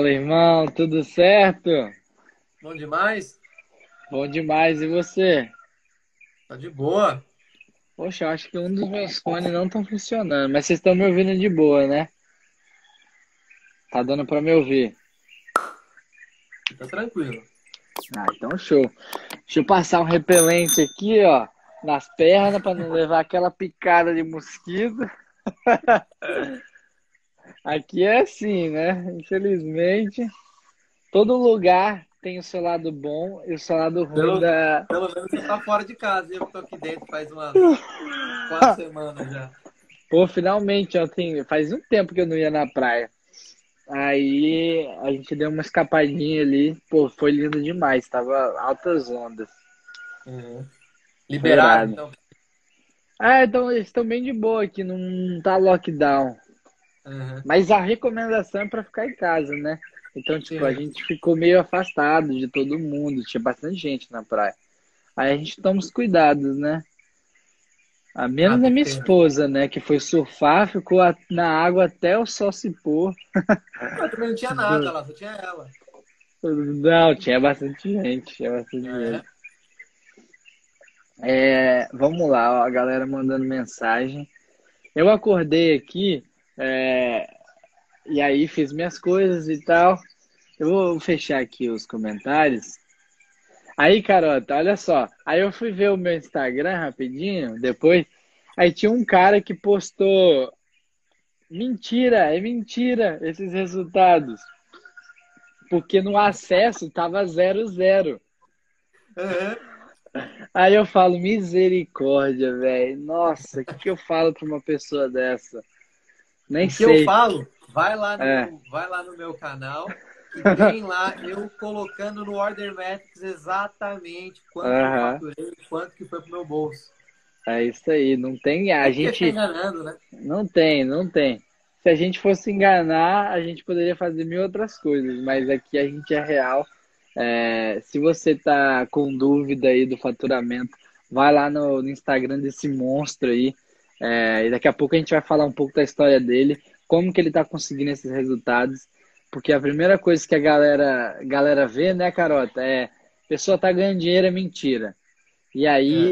Fala, irmão, tudo certo? Bom demais? Bom demais, e você? Tá de boa. Poxa, eu acho que um dos meus fones não estão funcionando, mas vocês estão me ouvindo de boa, né? Tá dando pra me ouvir. Fica tranquilo. Ah, então show. Deixa eu passar um repelente aqui, ó, nas pernas pra não levar aquela picada de mosquito. Aqui é assim, né? Infelizmente, todo lugar tem o seu lado bom e o seu lado ruim Pelo, da. pelo menos você tá fora de casa. Eu que tô aqui dentro faz umas 4 semanas já. Pô, finalmente, ontem, faz um tempo que eu não ia na praia. Aí a gente deu uma escapadinha ali, pô, foi lindo demais, tava altas ondas, Uhum. foi Liberado, irado. então. Ah, então eles estão bem de boa aqui, não tá lockdown, Uhum. mas a recomendação é pra ficar em casa, né? Então, tipo, a Sim. gente ficou meio afastado de todo mundo, tinha bastante gente na praia. Aí a gente toma os cuidados, né? A Ah, menos a tem que minha ter, né? esposa, né, que foi surfar, ficou na água até o sol se pôr. Mas também não tinha nada lá, só tinha ela. Não, tinha bastante gente, tinha bastante gente. É. Vamos lá, ó, a galera mandando mensagem. Eu acordei aqui, é, e aí fiz minhas coisas e tal. Eu vou fechar aqui os comentários. Aí, Carota, olha só. Aí eu fui ver o meu Instagram rapidinho, depois. Aí tinha um cara que postou: mentira, é mentira esses resultados. Porque no acesso tava 0-0. Uhum. Aí eu falo: misericórdia, velho. Nossa, o que que eu falo pra uma pessoa dessa? Nem O que eu sei. falo, É. vai lá no meu canal, que tem lá eu colocando no Order Metrics exatamente quanto que eu Aham. faturei, quanto que foi pro meu bolso. É isso aí. Não tem. A Tem que ficar gente. enganando, né? Não tem, não tem. Se a gente fosse enganar, a gente poderia fazer mil outras coisas, mas aqui a gente é real. Se você tá com dúvida aí do faturamento, vai lá no Instagram desse monstro aí. E daqui a pouco a gente vai falar um pouco da história dele, como que ele tá conseguindo esses resultados. Porque a primeira coisa que a galera vê, né, Carota, pessoa tá ganhando dinheiro, é mentira. E É.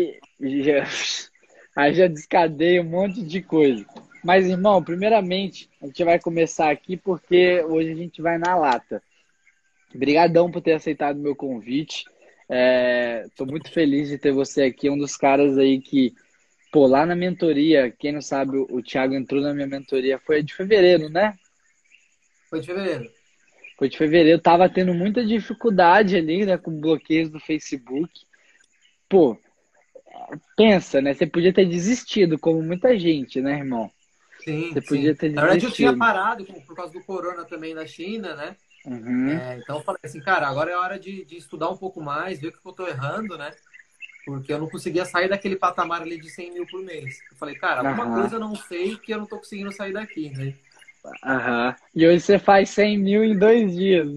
aí já descadeia um monte de coisa. Mas, irmão, primeiramente, a gente vai começar aqui porque hoje a gente vai na lata. Obrigadão por ter aceitado o meu convite. Tô muito feliz de ter você aqui, um dos caras aí que, pô, lá na mentoria, quem não sabe, o Thiago entrou na minha mentoria, foi de fevereiro, né? Foi de fevereiro. Foi de fevereiro, tava tendo muita dificuldade ali, né, com bloqueios do Facebook. Pô, pensa, né? Você podia ter desistido, como muita gente, né, irmão? Você Sim, podia sim. ter Na verdade, eu tinha desistido. parado por causa do corona também na China, né? Uhum, Então eu falei assim, cara, agora é hora de estudar um pouco mais, ver o que eu tô errando, né? Porque eu não conseguia sair daquele patamar ali de 100 mil por mês. Eu falei, cara, alguma aham, coisa eu não sei que eu não tô conseguindo sair daqui, né? aham. E hoje você faz 100 mil em 2 dias.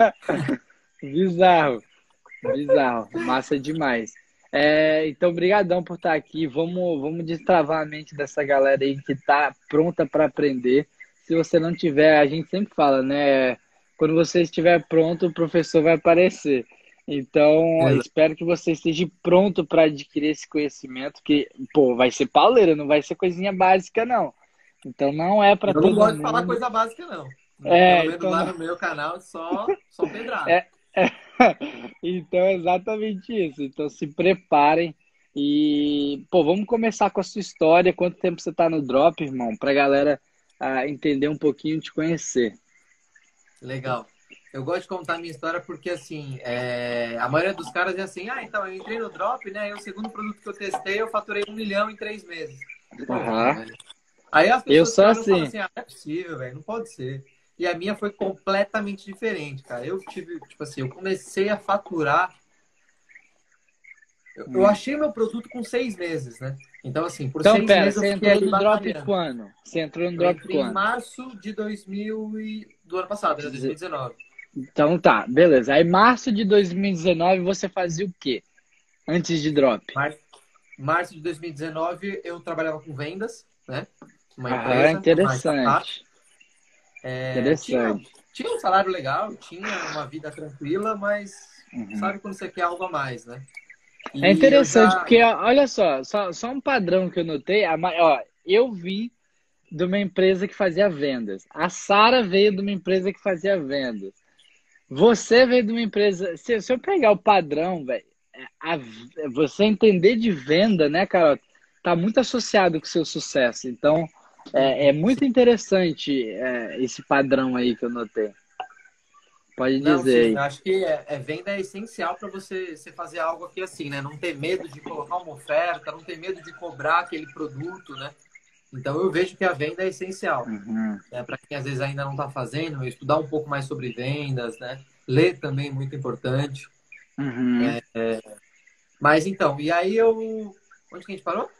Bizarro, bizarro. Massa demais. Então, brigadão por estar aqui. Vamos destravar a mente dessa galera aí que tá pronta para aprender. Se você não tiver, a gente sempre fala, né? Quando você estiver pronto, o professor vai aparecer. Então, Exato. espero que você esteja pronto para adquirir esse conhecimento, que, pô, vai ser pauleira, não vai ser coisinha básica, não. Então, não é para Eu não todo gosto de falar mundo. coisa básica, não. Pelo menos Então, lá não, no meu canal, só pedrada. é, é, então, é exatamente isso. Então, se preparem e, pô, vamos começar com a sua história. Quanto tempo você tá no Drop, irmão? Pra galera entender um pouquinho, te conhecer. Legal. Eu gosto de contar a minha história porque, assim, a maioria dos caras é assim, então, eu entrei no Drop, né? E o segundo produto que eu testei, eu faturei 1 milhão em 3 meses. Porra, Aham. velho. Aí as Eu pessoas sou que olham falam assim. assim, não é possível, velho, não pode ser. E a minha foi completamente diferente, cara. Eu tive, tipo assim, eu comecei a faturar. Eu Hum. achei meu produto com 6 meses, né? Então, assim, por Então, seis pera, meses eu você fiquei entrou ali no Drop batalhando. quando? Você entrou no Eu Drop entrei em quando? março de 2000 do ano passado, né? Deze- 2019. Então tá, beleza. Aí, março de 2019, você fazia o quê? Antes de Drop? Mar... Março de 2019 eu trabalhava com vendas, né? Uma Aham, empresa, uma startup. interessante. Tinha Interessante. tinha um salário legal, tinha uma vida tranquila, mas Uhum. sabe quando você quer algo a mais, né? É E eu interessante, já. porque ó, olha só um padrão que eu notei. Ó, eu vi de uma empresa que fazia vendas. A Sara veio de uma empresa que fazia vendas. Você veio de uma empresa. Se eu pegar o padrão, velho, você entender de venda, né, Carol, tá muito associado com o seu sucesso. Então, é Sim. muito interessante esse padrão aí que eu notei. Pode Não, dizer sim, aí. eu acho que venda é essencial para você fazer algo aqui assim, né? Não ter medo de colocar uma oferta, não ter medo de cobrar aquele produto, né? Então eu vejo que a venda é essencial. Uhum, Para quem às vezes ainda não está fazendo, estudar um pouco mais sobre vendas, né? Ler também é muito importante. uhum. Mas então, e aí eu. Onde que a gente parou?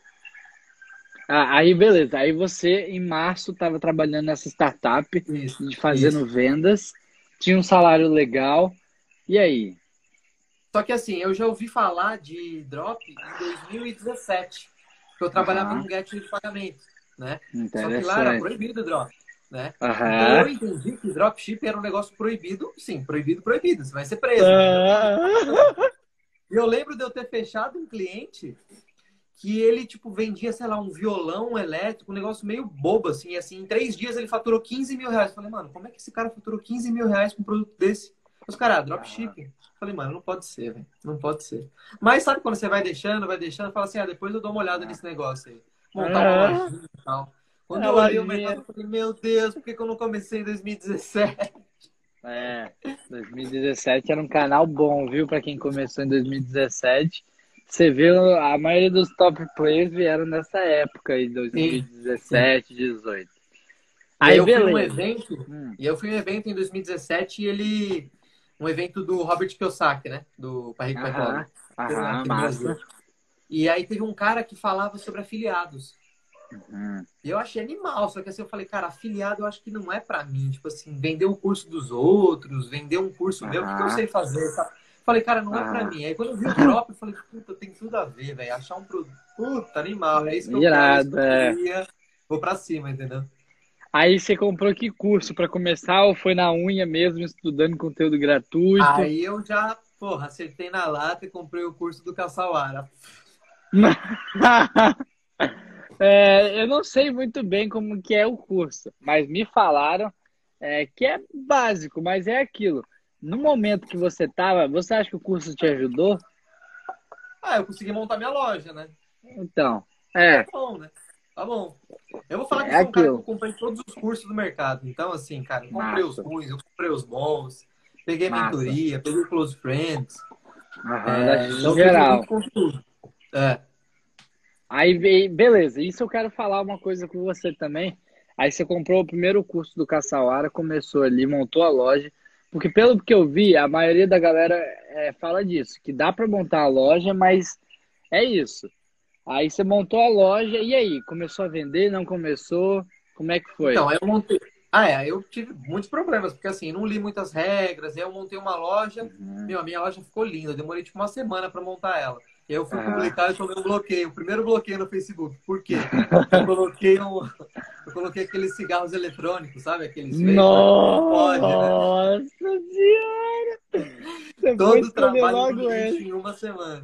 Aí, beleza. Aí você, em março, estava trabalhando nessa startup, Isso, fazendo isso. vendas, tinha um salário legal. E aí? Só que assim, eu já ouvi falar de drop em 2017, que eu trabalhava Aham, num gateway de pagamento, né? Só que lá era interessante. proibido o drop, né? Então Aham. eu entendi que dropship era um negócio proibido, sim, proibido, proibido, você vai ser preso, mas eu não vi. Ah. E eu lembro de eu ter fechado um cliente que ele, tipo, vendia, sei lá, um violão elétrico, um negócio meio bobo, assim, e assim, em 3 dias ele faturou 15 mil reais. Eu falei, mano, como é que esse cara faturou 15 mil reais com um produto desse? Os caras, dropshipping. Eu falei, mano, não pode ser, velho, não pode ser. Mas sabe quando você vai deixando, fala assim, depois eu dou uma olhada nesse negócio aí. Montar uma Ah. lojinha e tal. Quando A eu olhei o mercado, lojinha. eu falei, meu Deus, por que que eu não comecei em 2017? É, 2017 era um canal bom, viu? Para quem começou em 2017. Você viu, a maioria dos top players vieram nessa época aí, Sim, sim. 2017, 18. E aí Aí, eu fui um beleza. evento, Hum. e eu fui um evento em 2017 e ele um evento do Robert Kiyosaki, né? Do Pai Rico, Pai Aham, Pobre, aham, aqui no massa. Brasil. E aí teve um cara que falava sobre afiliados. Hum. E eu achei animal, só que assim eu falei, cara, afiliado eu acho que não é pra mim. Tipo assim, vender o curso dos outros, vender um curso meu, o que que eu Aham, sei fazer? Sabe? Falei, cara, não é pra aham. mim. Aí quando eu vi o drop, eu falei, puta, tem tudo a ver, velho. Achar um produto, puta, animal, é isso que eu quero, é isso que Irado, eu é. queria. Vou pra cima, entendeu? Aí você comprou que curso para começar ou foi na unha mesmo, estudando conteúdo gratuito? Aí eu já, porra, acertei na lata e comprei o curso do Cassawara. Eu não sei muito bem como que é o curso, mas me falaram que é básico, mas é aquilo. No momento que você estava, você acha que o curso te ajudou? Ah, eu consegui montar minha loja, né? Então, Tá bom, né? Tá bom. Eu vou falar que eu é sou um cara que eu aquilo. comprei todos os cursos do mercado. Então, assim, cara, eu comprei os Massa, ruins, eu comprei os bons, peguei massa. mentoria, peguei close friends. Aham, da Então, eu peguei geral. muito conteúdo. É. Aí, beleza, isso eu quero falar uma coisa com você também. Aí você comprou o primeiro curso do Cassawara, começou ali, montou a loja. Porque pelo que eu vi, a maioria da galera fala disso, que dá para montar a loja, mas é isso. Aí você montou a loja, e aí? Começou a vender, não começou? Como é que foi? Então, aí eu montei. Eu tive muitos problemas, porque assim, não li muitas regras, aí eu montei uma loja, Uhum. meu, a minha loja ficou linda, eu demorei tipo uma semana para montar ela. E aí eu fui Aham. publicar e tomei um bloqueio, o primeiro bloqueio no Facebook. Por quê? Eu coloquei um, eu coloquei aqueles cigarros eletrônicos, sabe? Aqueles vapor, não pode, né? Nossa Senhora! Você foi Todo o escolher trabalho no logo lixo ele. em uma semana.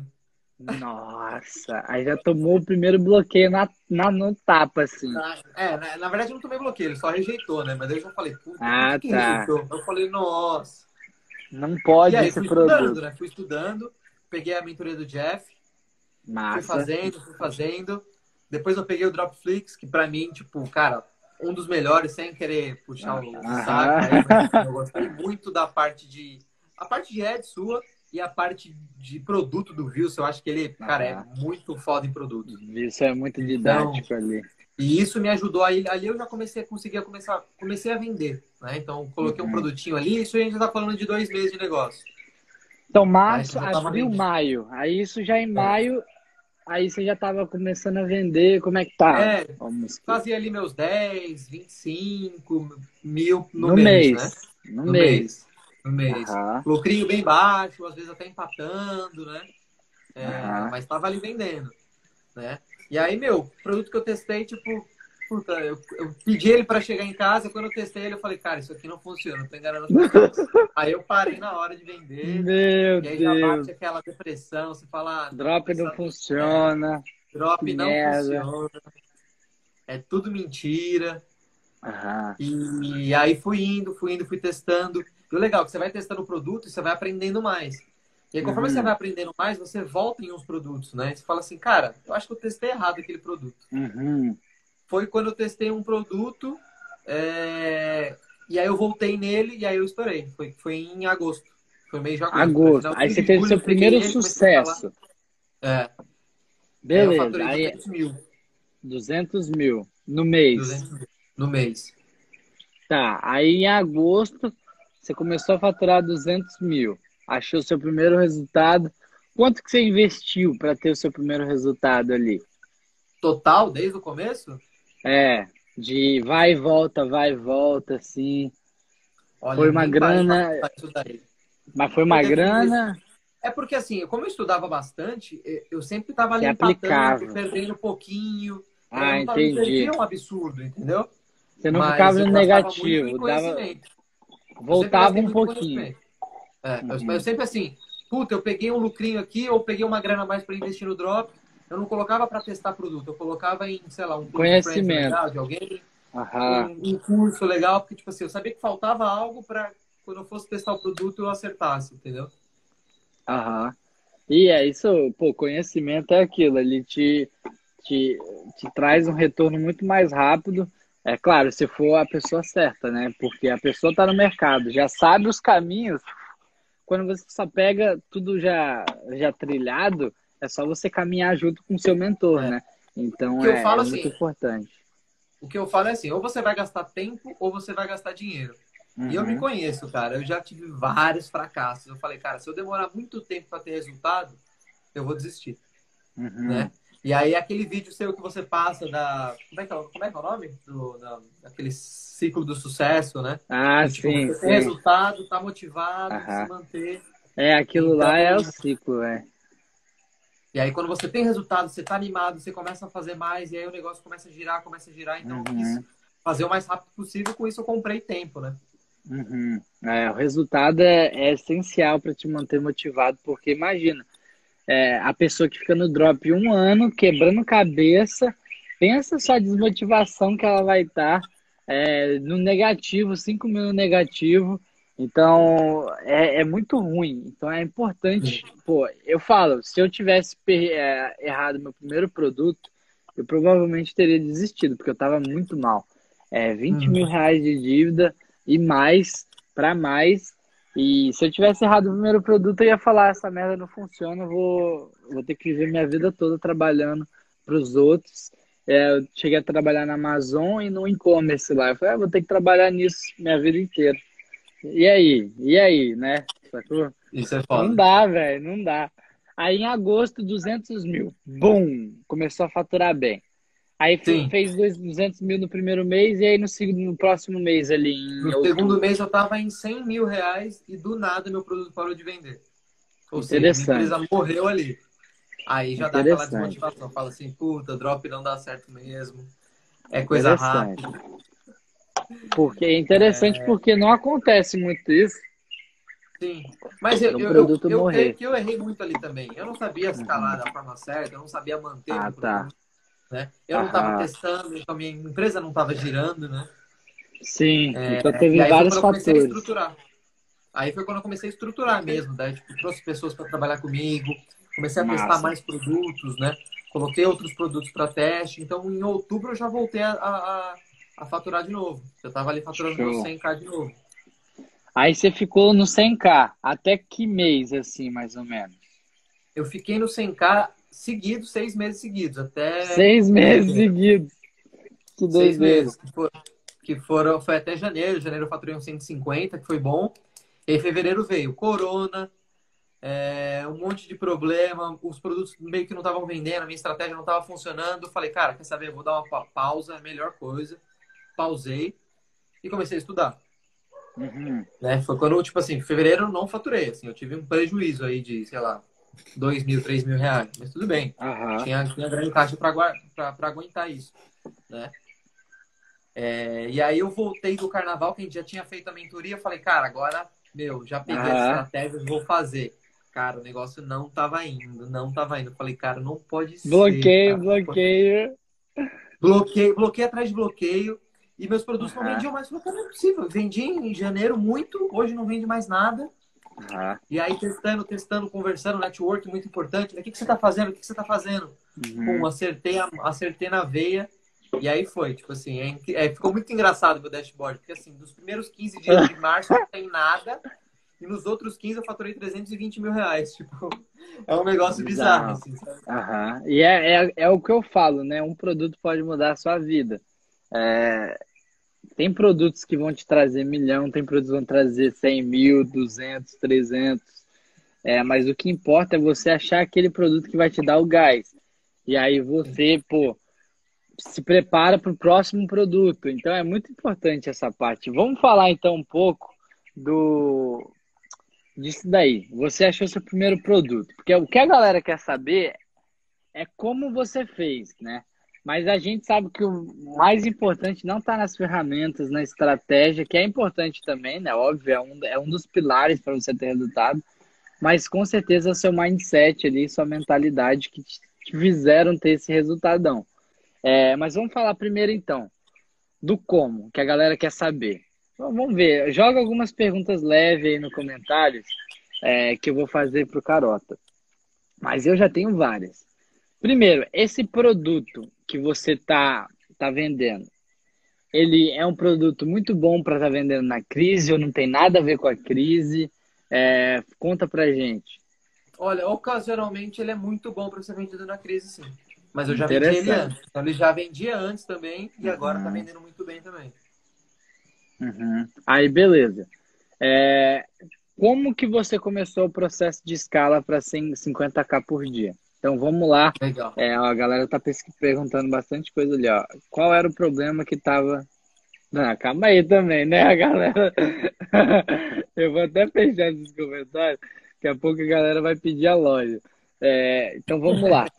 Nossa, aí já tomou o primeiro bloqueio no tapa, assim. Na verdade eu não tomei bloqueio, ele só rejeitou, né? Mas aí eu já falei, puta, por que Ah, que tá. rejeitou? Eu falei, nossa. Não E pode aí esse fui estudando, produto. né? Fui estudando, peguei a mentoria do Jeff, fui Massa. fazendo, fui fazendo. Depois eu peguei o Dropflix, que pra mim, tipo, cara, um dos melhores, sem querer puxar o saco aí, mas assim, Aham. eu gostei muito da parte de. A parte de ad sua e a parte de produto do Views, eu acho que ele, cara, é Aham. muito foda em produto. Isso é muito Então, didático ali. e isso me ajudou aí. Ali eu já comecei a vender, né? Então, coloquei um Uhum. produtinho ali, isso a gente já tá falando de 2 meses de negócio. Então, Tá? Então março, já tava abril, rendendo. maio. Aí isso já em É. maio, aí você já estava começando a vender. Como é que tá? É, Vamos que. fazia ali meus 10, 25 mil no No mês, mês. né? No No mês. mês. No mês. Aham. Lucrinho bem baixo, às vezes até empatando, né? Aham. Mas estava ali vendendo, né? E aí, meu, produto que eu testei, tipo, puta, eu pedi ele para chegar em casa, quando eu testei ele, eu falei, cara, isso aqui não funciona, eu tô enganando as pessoas. Aí eu parei na hora de vender, Meu e aí já Deus. bate aquela depressão, você fala, ah, tô Drop não começando do zero, funciona. Que drop não merda. funciona, é tudo mentira. Aham. E aí fui testando. E o legal é que você vai testando o produto e você vai aprendendo mais. E aí, conforme você vai Uhum. aprendendo mais, você volta em uns produtos, né? E você fala assim, cara, eu acho que eu testei errado aquele produto. Uhum. Foi quando eu testei um produto, e aí eu voltei nele e aí eu estourei. Foi em agosto. Foi mês de agosto. Foi Agosto. Aí finalzinho você de teve julho, seu eu peguei primeiro ele, comecei a escalar. sucesso. É, e aí eu Beleza. faturei Aí 200 mil. 200 mil no mês. 200 mil no mês. Tá. Aí em agosto você começou a faturar 200 mil. Achou seu primeiro resultado. Quanto que você investiu para ter o seu primeiro resultado ali? Total, desde o começo? É, de vai e volta, assim. Olha, Foi eu uma nem parei pra grana, contar isso daí. mas foi uma Porque assim, grana é porque assim, como eu estudava bastante, eu sempre estava ali que empatando, aplicava. perdendo um pouquinho. Eu Ah, não perdia entendi. um absurdo, entendeu? Você não ficava Mas no eu gastava muito em negativo, dava, conhecimento. Eu sempre voltava gastei um muito em pouquinho. conhecimento. Eu Uhum. sempre assim, puta, eu peguei um lucrinho aqui ou peguei uma grana a mais para investir no drop. Eu não colocava para testar produto, eu colocava em, sei lá, um close friend Conhecimento. legal de alguém, Aham, um curso legal, porque, tipo assim, eu sabia que faltava algo para quando eu fosse testar o produto eu acertasse, entendeu? aham. E é isso, pô, conhecimento é aquilo, ele te, te traz um retorno muito mais rápido. É claro, se for a pessoa certa, né? Porque a pessoa está no mercado, já sabe os caminhos. Quando você só pega tudo já trilhado, é só você caminhar junto com o seu mentor, É. né? O Então que eu é falo muito assim, importante. o que eu falo é assim, ou você vai gastar tempo ou você vai gastar dinheiro. E eu me Uhum, conheço, cara. Eu já tive vários fracassos. Eu falei, cara, se eu demorar muito tempo para ter resultado, eu vou desistir, uhum. né? E aí aquele vídeo seu que você passa da, como é que é o nome? Daquele ciclo do sucesso, né? Ah, Do tipo, sim, você tem sim. resultado, tá motivado de se Aham. manter. É, aquilo Então, lá é o ciclo, é. e aí quando você tem resultado, você tá animado, você começa a fazer mais, e aí o negócio começa a girar, começa a girar. Então eu quis Uhum, fazer o mais rápido possível, com isso eu comprei tempo, né? uhum. É, o resultado é essencial para te manter motivado, porque imagina, a pessoa que fica no drop um ano, quebrando cabeça, pensa só a desmotivação que ela vai estar no negativo, 5 mil no negativo. Então, é muito ruim. Então, é importante. Pô, eu falo, se eu tivesse errado meu primeiro produto, eu provavelmente teria desistido, porque eu estava muito mal. 20 mil Uhum. reais de dívida e mais, para mais. E se eu tivesse errado o primeiro produto, eu ia falar: essa merda não funciona, eu vou ter que viver minha vida toda trabalhando para os outros. Eu cheguei a trabalhar na Amazon e no e-commerce lá. Eu falei: vou ter que trabalhar nisso minha vida inteira. E aí? E aí, né? Sacou? Isso é Não foda. dá, velho, não dá. Aí em agosto, 200 mil. Bum! Começou a faturar bem. Aí Sim. fez 200 mil no primeiro mês e aí no próximo mês ali, em No segundo outubro. mês eu tava em 100 mil reais e do nada meu produto parou de vender. Ou seja, minha empresa Interessante, morreu ali. Aí já dá aquela interessante, desmotivação. Fala assim, puta, drop não dá certo mesmo. É coisa interessante. rápida. Porque é interessante porque não acontece muito isso Sim. Mas de um produto eu creio morrer. que eu errei muito ali também. Eu não sabia escalar Uhum. da forma certa, eu não sabia manter Ah, meu tá. produto, né? Eu não estava Aham. testando, então a minha empresa não estava girando, né? Sim, então E teve aí foi vários quando eu comecei a fatores. estruturar. Aí foi quando eu comecei a estruturar mesmo, daí tipo, trouxe pessoas para trabalhar comigo, comecei a testar Massa. mais produtos, né? Coloquei outros produtos para teste. Então, em outubro eu já voltei a faturar de novo. Eu estava ali faturando meus Show. 100k de novo. Aí você ficou no 100K. Até que mês, assim, mais ou menos? Eu fiquei no 100k seguidos, 6 meses seguidos, até 6 meses fevereiro. seguidos. Que Seis doideira. meses, que foram, foi até janeiro. Janeiro eu faturei uns 150, que foi bom. E aí, fevereiro veio Corona, um monte de problema, os produtos meio que não estavam vendendo, a minha estratégia não estava funcionando. Eu falei, cara, quer saber? Eu vou dar uma pausa, é a melhor coisa. Pausei e comecei a estudar. Uhum. Né? Foi quando, tipo assim, em fevereiro eu não faturei, assim, eu tive um prejuízo aí de, sei lá, 2 mil, 3 mil reais, mas tudo bem. Aham. Tinha grande caixa para aguentar isso, né? E aí eu voltei do carnaval, que a gente já tinha feito a mentoria, eu falei, cara, agora, meu, já peguei as Aham. estratégias, vou fazer. Cara, o negócio não tava indo, não tava indo. Eu falei, cara, não pode ser, Bloqueio, cara. bloqueio. Bloqueio, bloqueio atrás de bloqueio. E meus produtos não Aham. vendiam mais. Eu falei, cara, não é possível. Eu vendi em janeiro muito, hoje não vende mais nada. Aham. E aí, testando, conversando, network muito importante. Né? O que você tá fazendo? O que você tá fazendo? Pum, Uhum. acertei na veia. E aí foi, tipo assim, ficou muito engraçado o meu dashboard, porque assim, dos primeiros 15 dias de março não tem nada, e nos outros 15 eu faturei 320 mil reais. Tipo, é um negócio bizarro, Bizarro. assim, sabe? Aham. E é o que eu falo, né? Um produto pode mudar a sua vida. É, tem produtos que vão te trazer milhão, tem produtos que vão trazer 100 mil, 200, 300. Mas o que importa é você achar aquele produto que vai te dar o gás. E aí você, pô, se prepara para o próximo produto. Então é muito importante essa parte. Vamos falar então um pouco do disso daí. Você achou seu primeiro produto? Porque o que a galera quer saber é como você fez, né? Mas a gente sabe que o mais importante não está nas ferramentas, na estratégia, que é importante também, né? Óbvio, é um dos pilares para você ter resultado, mas com certeza seu mindset ali, sua mentalidade que te fizeram ter esse resultadão. Mas vamos falar primeiro então do como, que a galera quer saber. Então, vamos ver, joga algumas perguntas leves aí no comentários, que eu vou fazer para o Carota. Mas eu já tenho várias. Primeiro, esse produto que você tá vendendo, ele é um produto muito bom para estar vendendo na crise ou não tem nada a ver com a crise? Conta pra gente. Olha, ocasionalmente ele é muito bom para ser vendido na crise, sim. Mas eu já vendi ele Interessante. antes. Então ele já vendia antes também e agora tá Uhum, vendendo muito bem também. uhum. Aí, beleza. É, Como que você começou o processo de escala para 50K por dia? Então vamos lá. Legal. A galera tá perguntando bastante coisa ali, ó. Qual era o problema que tava. Não, calma aí também, né, a galera? Eu vou até fechar esses comentários. Daqui a pouco a galera vai pedir a loja. Então vamos lá.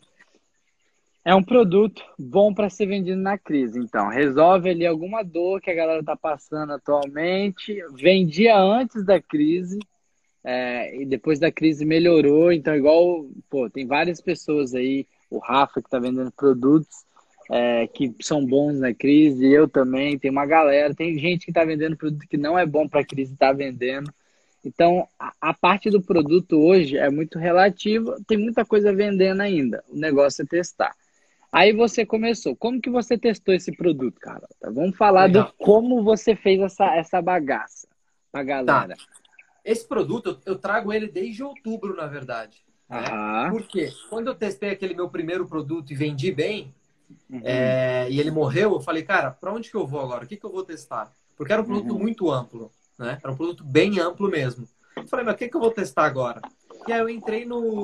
É um produto bom para ser vendido na crise. Então, resolve ali alguma dor que a galera tá passando atualmente. Vendia antes da crise. E depois da crise melhorou, então igual, pô, tem várias pessoas aí, o Rafa que está vendendo produtos que são bons na crise, eu também, tem uma galera, tem gente que está vendendo produto que não é bom para a crise, está vendendo. Então, a parte do produto hoje é muito relativa, tem muita coisa vendendo ainda, o negócio é testar. Aí você começou, como que você testou esse produto, cara? Vamos falar do Legal. como você fez essa bagaça pra Tá. galera. Esse produto, eu trago ele desde outubro, na verdade, né? Aham. Por quê? Quando eu testei aquele meu primeiro produto e vendi bem, Uhum. e ele morreu, eu falei, cara, para onde que eu vou agora? O que que eu vou testar? Porque era um produto Uhum. muito amplo, né? Era um produto bem amplo mesmo. Eu falei, mas o que que eu vou testar agora? E aí eu entrei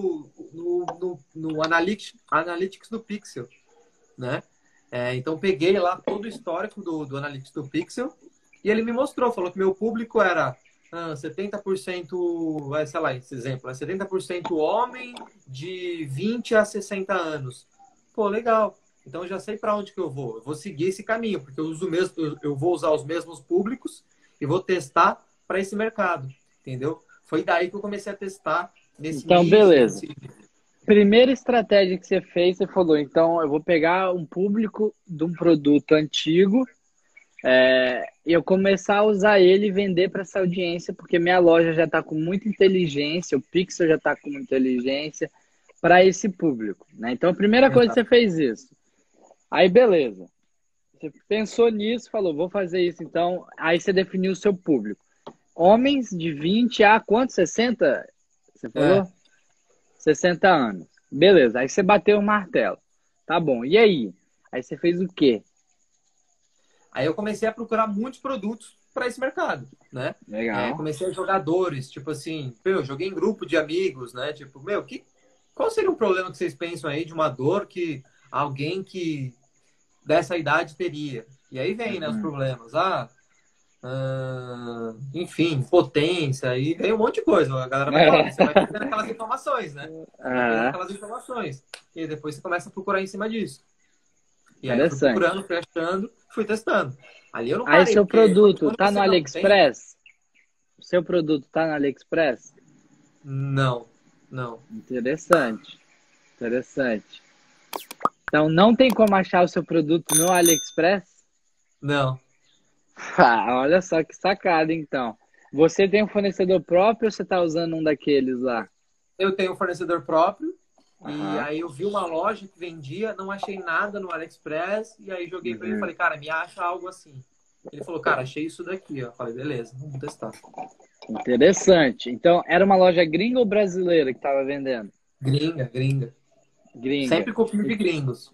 no Analytics do Pixel, né? Então peguei lá todo o histórico do Analytics do Pixel e ele me mostrou, falou que meu público era 70%, sei lá, esse exemplo, 70% homem de 20 a 60 anos. Pô, legal. Então eu já sei para onde que eu vou. Eu vou seguir esse caminho, porque eu uso mesmo, eu vou usar os mesmos públicos e vou testar para esse mercado, entendeu? Foi daí que eu comecei a testar nesse Então, nicho, beleza. nesse. Primeira estratégia que você falou, então eu vou pegar um público de um produto antigo e eu começar a usar ele e vender para essa audiência, porque minha loja já está com muita inteligência, o Pixel já está com muita inteligência para esse público, né? Então, a primeira coisa que você fez isso. Aí, beleza. Você pensou nisso, falou, vou fazer isso, então. Aí você definiu o seu público. Homens de 20 a quanto? 60? Você É. falou? 60 anos. Beleza, aí você bateu o martelo. Tá bom, e aí? Aí você fez o quê? Aí eu comecei a procurar muitos produtos para esse mercado, né? Legal. Comecei a jogar dores, tipo assim, eu joguei em grupo de amigos, né? Tipo, qual seria o problema que vocês pensam aí de uma dor que alguém que dessa idade teria? E aí vem, né, os Uhum. problemas. Enfim, potência, e vem um monte de coisa. A galera vai falando, você vai pegando aquelas informações, né? Vai pegando Ah, aquelas informações. E depois você começa a procurar em cima disso. E aí eu fui interessante. procurando, fui achando, fui testando. Ali eu não Aí parei, seu porque produto quando tá no você não tem... AliExpress? O seu produto tá no AliExpress? Não, não, Interessante, interessante. Então não tem como achar o seu produto no AliExpress? não. Ah, olha só que sacada, então. Você tem um fornecedor próprio ou você tá usando um daqueles lá? Eu tenho um fornecedor próprio, e Aham. aí eu vi uma loja que vendia, não achei nada no AliExpress, e aí joguei pra ele e Uhum. falei, cara, me acha algo assim. Ele falou, cara, achei isso daqui, ó. Eu falei, beleza, vamos testar. Interessante. Então, era uma loja gringa ou brasileira que estava vendendo? Gringa, gringa. Gringa. Sempre copio de E- gringos.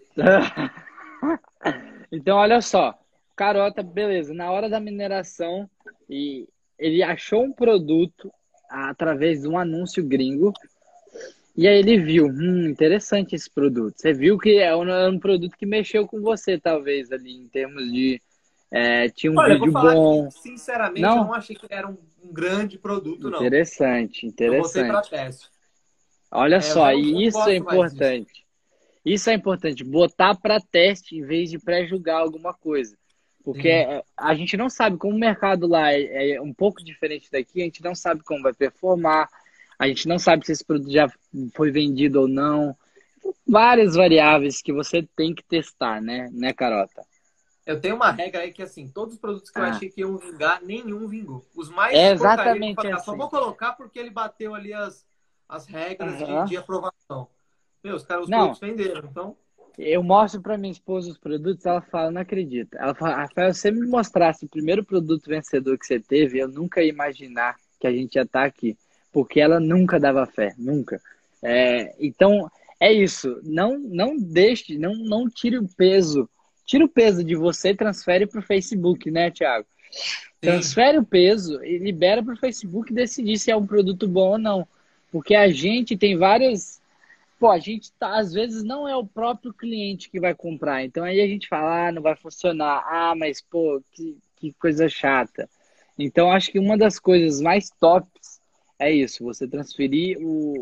Então, olha só. Carota, beleza. Na hora da mineração, e ele achou um produto através de um anúncio gringo. E aí ele viu, interessante esse produto. Você viu que é um produto que mexeu com você, talvez, ali, em termos de. Tinha um Olha, eu vou vídeo falar que, bom. sinceramente, eu Não? não achei que era um grande produto, não. Interessante, Eu botei para interessante. teste. Olha É, só, eu e não isso é gosto mais disso. importante. Isso é importante, botar para teste em vez de pré-julgar alguma coisa. Porque Sim, a gente não sabe como o mercado lá é um pouco diferente daqui, a gente não sabe como vai performar, a gente não sabe se esse produto já foi vendido ou não. Várias variáveis que você tem que testar, né, Carota? eu tenho uma regra aí que, assim, todos os produtos que eu Ah, achei que iam vingar, nenhum vingou. Os é mais porcaria que eu exatamente falei, ah, só assim. vou colocar porque ele bateu ali as regras Aham. de aprovação. Meu, os Não, produtos venderam, então... eu mostro para minha esposa os produtos, ela fala, não acredita. Ela fala, Rafael, se você me mostrasse o primeiro produto vencedor que você teve, eu nunca ia imaginar que a gente ia estar aqui. Porque ela nunca dava fé, nunca. Então, é isso. Não deixe, não tire o peso. Tira o peso de você e transfere para o Facebook, né, Thiago? Sim, Transfere o peso e libera para o Facebook decidir se é um produto bom ou não. Porque a gente tem várias. Pô, a gente tá, às vezes não é o próprio cliente que vai comprar. Então aí a gente fala, não vai funcionar. Ah, mas pô, que coisa chata. Então acho que uma das coisas mais tops é isso, você transferir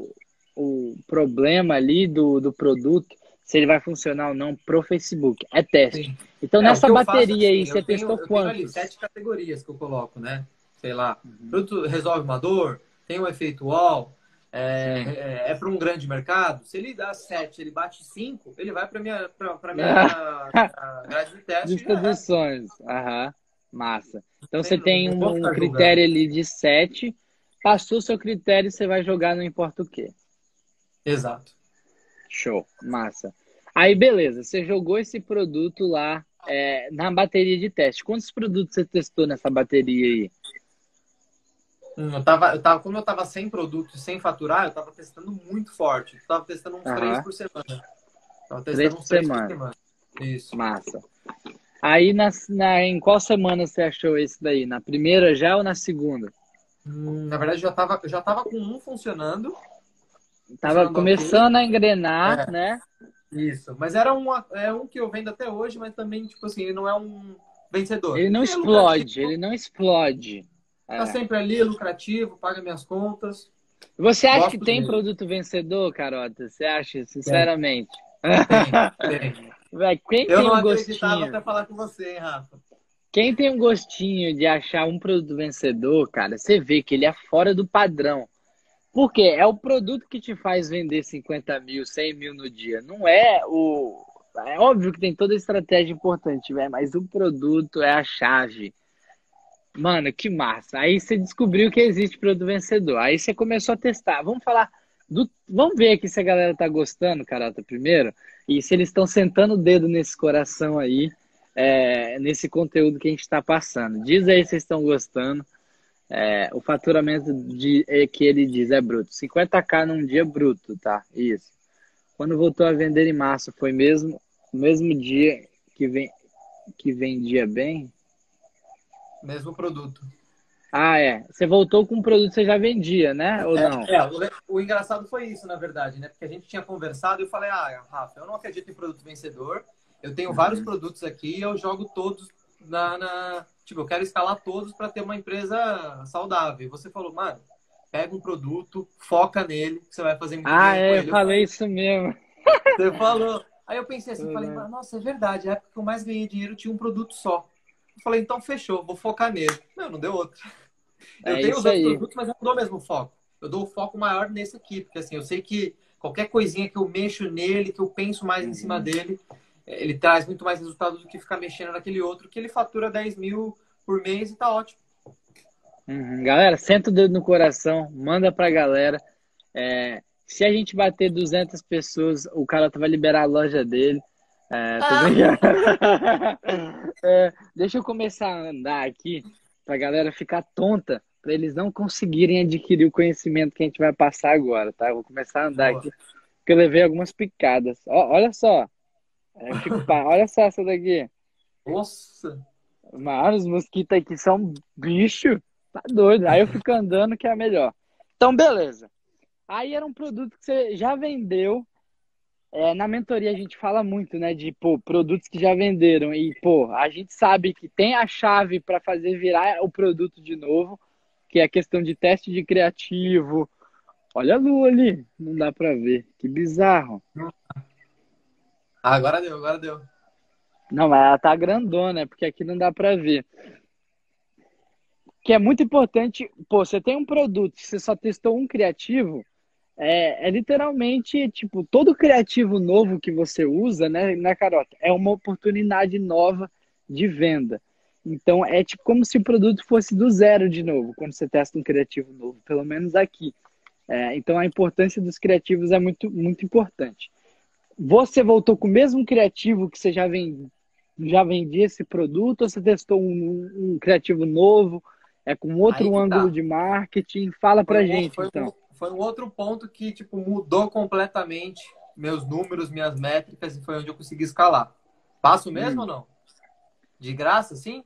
o problema ali do produto, se ele vai funcionar ou não, pro Facebook. É teste. sim. Então É, o nessa que eu faço é bateria aí, assim, você testou eu tenho ali quantos? 7 categorias que eu coloco, né? Sei lá, Uhum. produto resolve uma dor, tem um efeito wall, Sim. é para um grande mercado. Se ele dá 7, ele bate 5, ele vai para minha grade de teste e Lista já dos é. sonhos. Aham, massa. Então você Não, tem não vou um ficar julgando. critério ali de 7. Passou seu critério, você vai jogar não importa o quê. Exato. Show, massa. Aí beleza, você jogou esse produto lá na bateria de teste. Quantos produtos você testou nessa bateria aí? Como eu tava sem produto e sem faturar, eu tava testando muito forte. Eu tava testando uns 3 Aham, por semana. Tava três testando por uns 3 por semana. semana. Isso. Massa. Aí em qual semana você achou esse daí? Na primeira já ou na segunda? Na verdade, eu já tava com um Tava funcionando ok. começando a engrenar, É, né? isso. Mas é um que eu vendo até hoje, mas também, tipo assim, ele não é um vencedor. Ele não Ele é lucrativo, explode, ele não explode. tá É. sempre ali, lucrativo, paga minhas contas. Você acha que Gosto tem dele. produto vencedor, Carota? Você acha, Tem, sinceramente? tem. Véi, quem Eu tem não um acreditava gostinho? até falar com você, hein, Rafa? Quem tem um gostinho de achar um produto vencedor, cara, você vê que ele é fora do padrão. Por quê? É o produto que te faz vender 50 mil, 100 mil no dia. Não é o. É óbvio que tem toda a estratégia importante, velho, mas o produto é a chave. Mano, que massa. Aí você descobriu que existe produto vencedor. Aí você começou a testar. Vamos falar Vamos ver aqui se a galera tá gostando, Carata, primeiro. E se eles estão sentando o dedo nesse coração aí, nesse conteúdo que a gente está passando. Diz aí se vocês estão gostando. O faturamento que ele diz é bruto. 50K num dia bruto, tá? Isso. Quando voltou a vender em março, foi mesmo o mesmo dia que vendia bem? Mesmo produto. Ah, é. Você voltou com um produto que você já vendia, né? Ou não? O engraçado foi isso, na verdade, né? Porque a gente tinha conversado e eu falei, ah, Rafa, eu não acredito em produto vencedor. Eu tenho vários Uhum. produtos aqui e eu jogo todos Tipo, eu quero escalar todos para ter uma empresa saudável. E você falou, mano, pega um produto, foca nele, que você vai fazer muito Ah, dinheiro com é, eu ele. Eu falei falei, isso mesmo. você falou. Aí eu pensei assim, falei, nossa, é verdade, a época que eu mais ganhei dinheiro tinha um produto só. Eu falei, então fechou, vou focar nele. Não deu outro. Eu É tenho os isso outros aí. produtos, mas eu não dou o mesmo foco. Eu dou o foco maior nesse aqui, porque assim, eu sei que qualquer coisinha que eu mexo nele, que eu penso mais em cima Uhum. dele, ele traz muito mais resultado do que ficar mexendo naquele outro, que ele fatura 10 mil por mês e tá ótimo. Uhum. Galera, senta o dedo no coração, manda pra galera. Se a gente bater 200 pessoas, o cara vai liberar a loja dele. Tô brincando. Deixa eu começar a andar aqui pra galera ficar tonta, pra eles não conseguirem adquirir o conhecimento que a gente vai passar agora, tá? Eu vou começar a andar Boa. aqui, porque eu levei algumas picadas. Olha só, olha só essa daqui. Nossa! Mano, os mosquitos aqui são bicho, tá doido. Aí eu fico andando que é melhor. Então, beleza. Aí era um produto que você já vendeu. Na mentoria a gente fala muito, né, de pô, produtos que já venderam e pô, a gente sabe que tem a chave para fazer virar o produto de novo, que é a questão de teste de criativo. Olha a lua ali, não dá para ver, que bizarro. Agora deu, agora deu. Não, mas ela tá grandona, porque aqui não dá para ver. Que é muito importante, pô, você tem um produto, você só testou um criativo, literalmente, tipo, todo criativo novo que você usa, né, Carota, é uma oportunidade nova de venda. Então, é tipo como se o produto fosse do zero de novo, quando você testa um criativo novo, pelo menos aqui. Então, a importância dos criativos é muito, muito importante. Você voltou com o mesmo criativo que você já vendia esse produto, ou você testou um criativo novo, com Aí outro que ângulo tá. de marketing? Fala Foi pra um, gente, então. foi um outro ponto que, tipo, mudou completamente meus números, minhas métricas, e foi onde eu consegui escalar. Passo mesmo ou Hum. não? De graça, sim?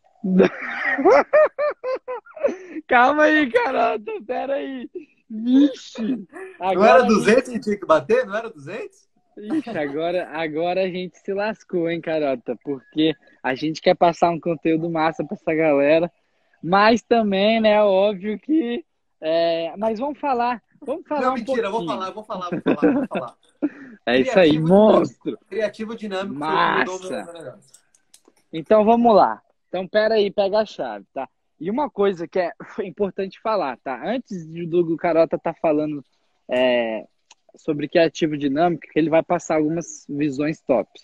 Calma aí, carota, pera aí. Vixe, Não era agora a gente 200 que se... tinha que bater? Não era 200? Ixi, agora a gente se lascou, hein, carota, porque a gente quer passar um conteúdo massa pra essa galera, mas também, né, óbvio que... mas vamos Não, falar um mentira, eu vou pouquinho. falar, eu vou falar, vou falar, eu vou falar. É isso aí, Criativo dinâmico. monstro, Criativo dinâmico foi o que mudou o massa. meu negócio. Então vamos lá. Então pera aí, pega a chave, tá? E uma coisa que é importante falar, tá? Antes do Carota tá falando é, sobre criativo dinâmico, que ele vai passar algumas visões tops.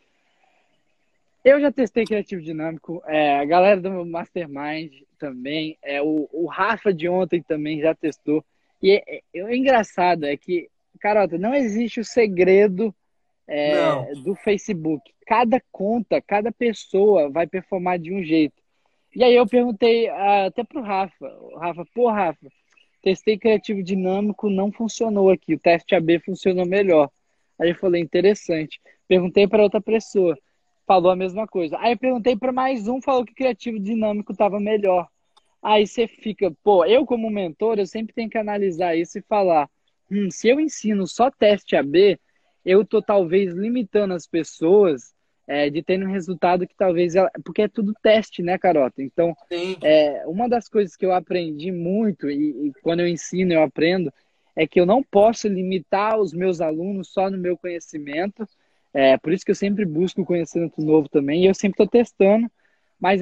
Eu já testei criativo dinâmico, a galera do Mastermind também, o Rafa de ontem também já testou. E o engraçado é que, Carota, não existe o segredo Não. do Facebook. Cada conta, cada pessoa vai performar de um jeito. E aí eu perguntei até pro Rafa, pô, Rafa, testei criativo dinâmico, não funcionou aqui, o teste AB funcionou melhor. Aí eu falei, interessante. Perguntei para outra pessoa, falou a mesma coisa. Aí eu perguntei para mais um, falou que criativo dinâmico estava melhor. Aí você fica, pô, eu como mentor, eu sempre tenho que analisar isso e falar, se eu ensino só teste AB, eu tô talvez limitando as pessoas de terem um resultado que talvez porque é tudo teste, né, Carota? Então, Sim. uma das coisas que eu aprendi muito e quando eu ensino eu aprendo é que eu não posso limitar os meus alunos só no meu conhecimento. Por isso que eu sempre busco conhecimento novo também e eu sempre estou testando. Mas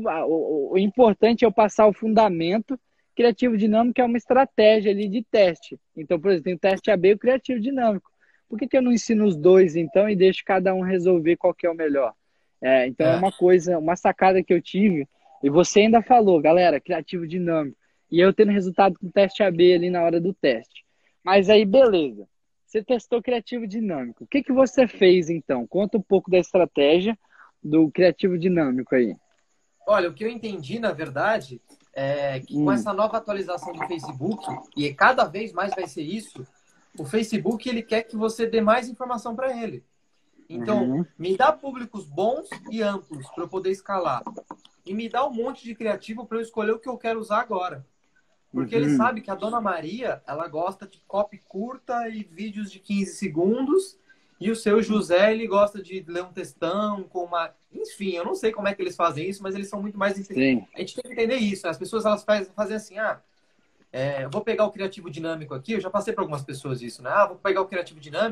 o importante é eu passar o fundamento. Criativo dinâmico é uma estratégia ali de teste. Então, por exemplo, tem o teste AB e o criativo dinâmico. Por que eu não ensino os dois, então, e deixo cada um resolver qual que é o melhor? Então, é É. uma coisa, uma sacada que eu tive. E você ainda falou, galera, criativo dinâmico. E eu tendo resultado com o teste AB ali na hora do teste. Mas aí, beleza. Você testou criativo dinâmico. O que que você fez, então? Conta um pouco da estratégia do criativo dinâmico aí. Olha, o que eu entendi, na verdade, é que com Hum, essa nova atualização do Facebook, e cada vez mais vai ser isso, o Facebook ele quer que você dê mais informação para ele. Então, uhum, me dá públicos bons e amplos para eu poder escalar. E me dá um monte de criativo para eu escolher o que eu quero usar agora. Porque ele uhum, sabe que a Dona Maria, ela gosta de copy curta e vídeos de 15 segundos. E o seu José, ele gosta de ler um textão com uma... Enfim, eu não sei como é que eles fazem isso, mas eles são muito mais... sim. A gente tem que entender isso. Né? As pessoas, elas fazem assim, eu vou pegar o criativo dinâmico aqui. Eu já passei para algumas pessoas isso, né? Vou pegar o criativo dinâmico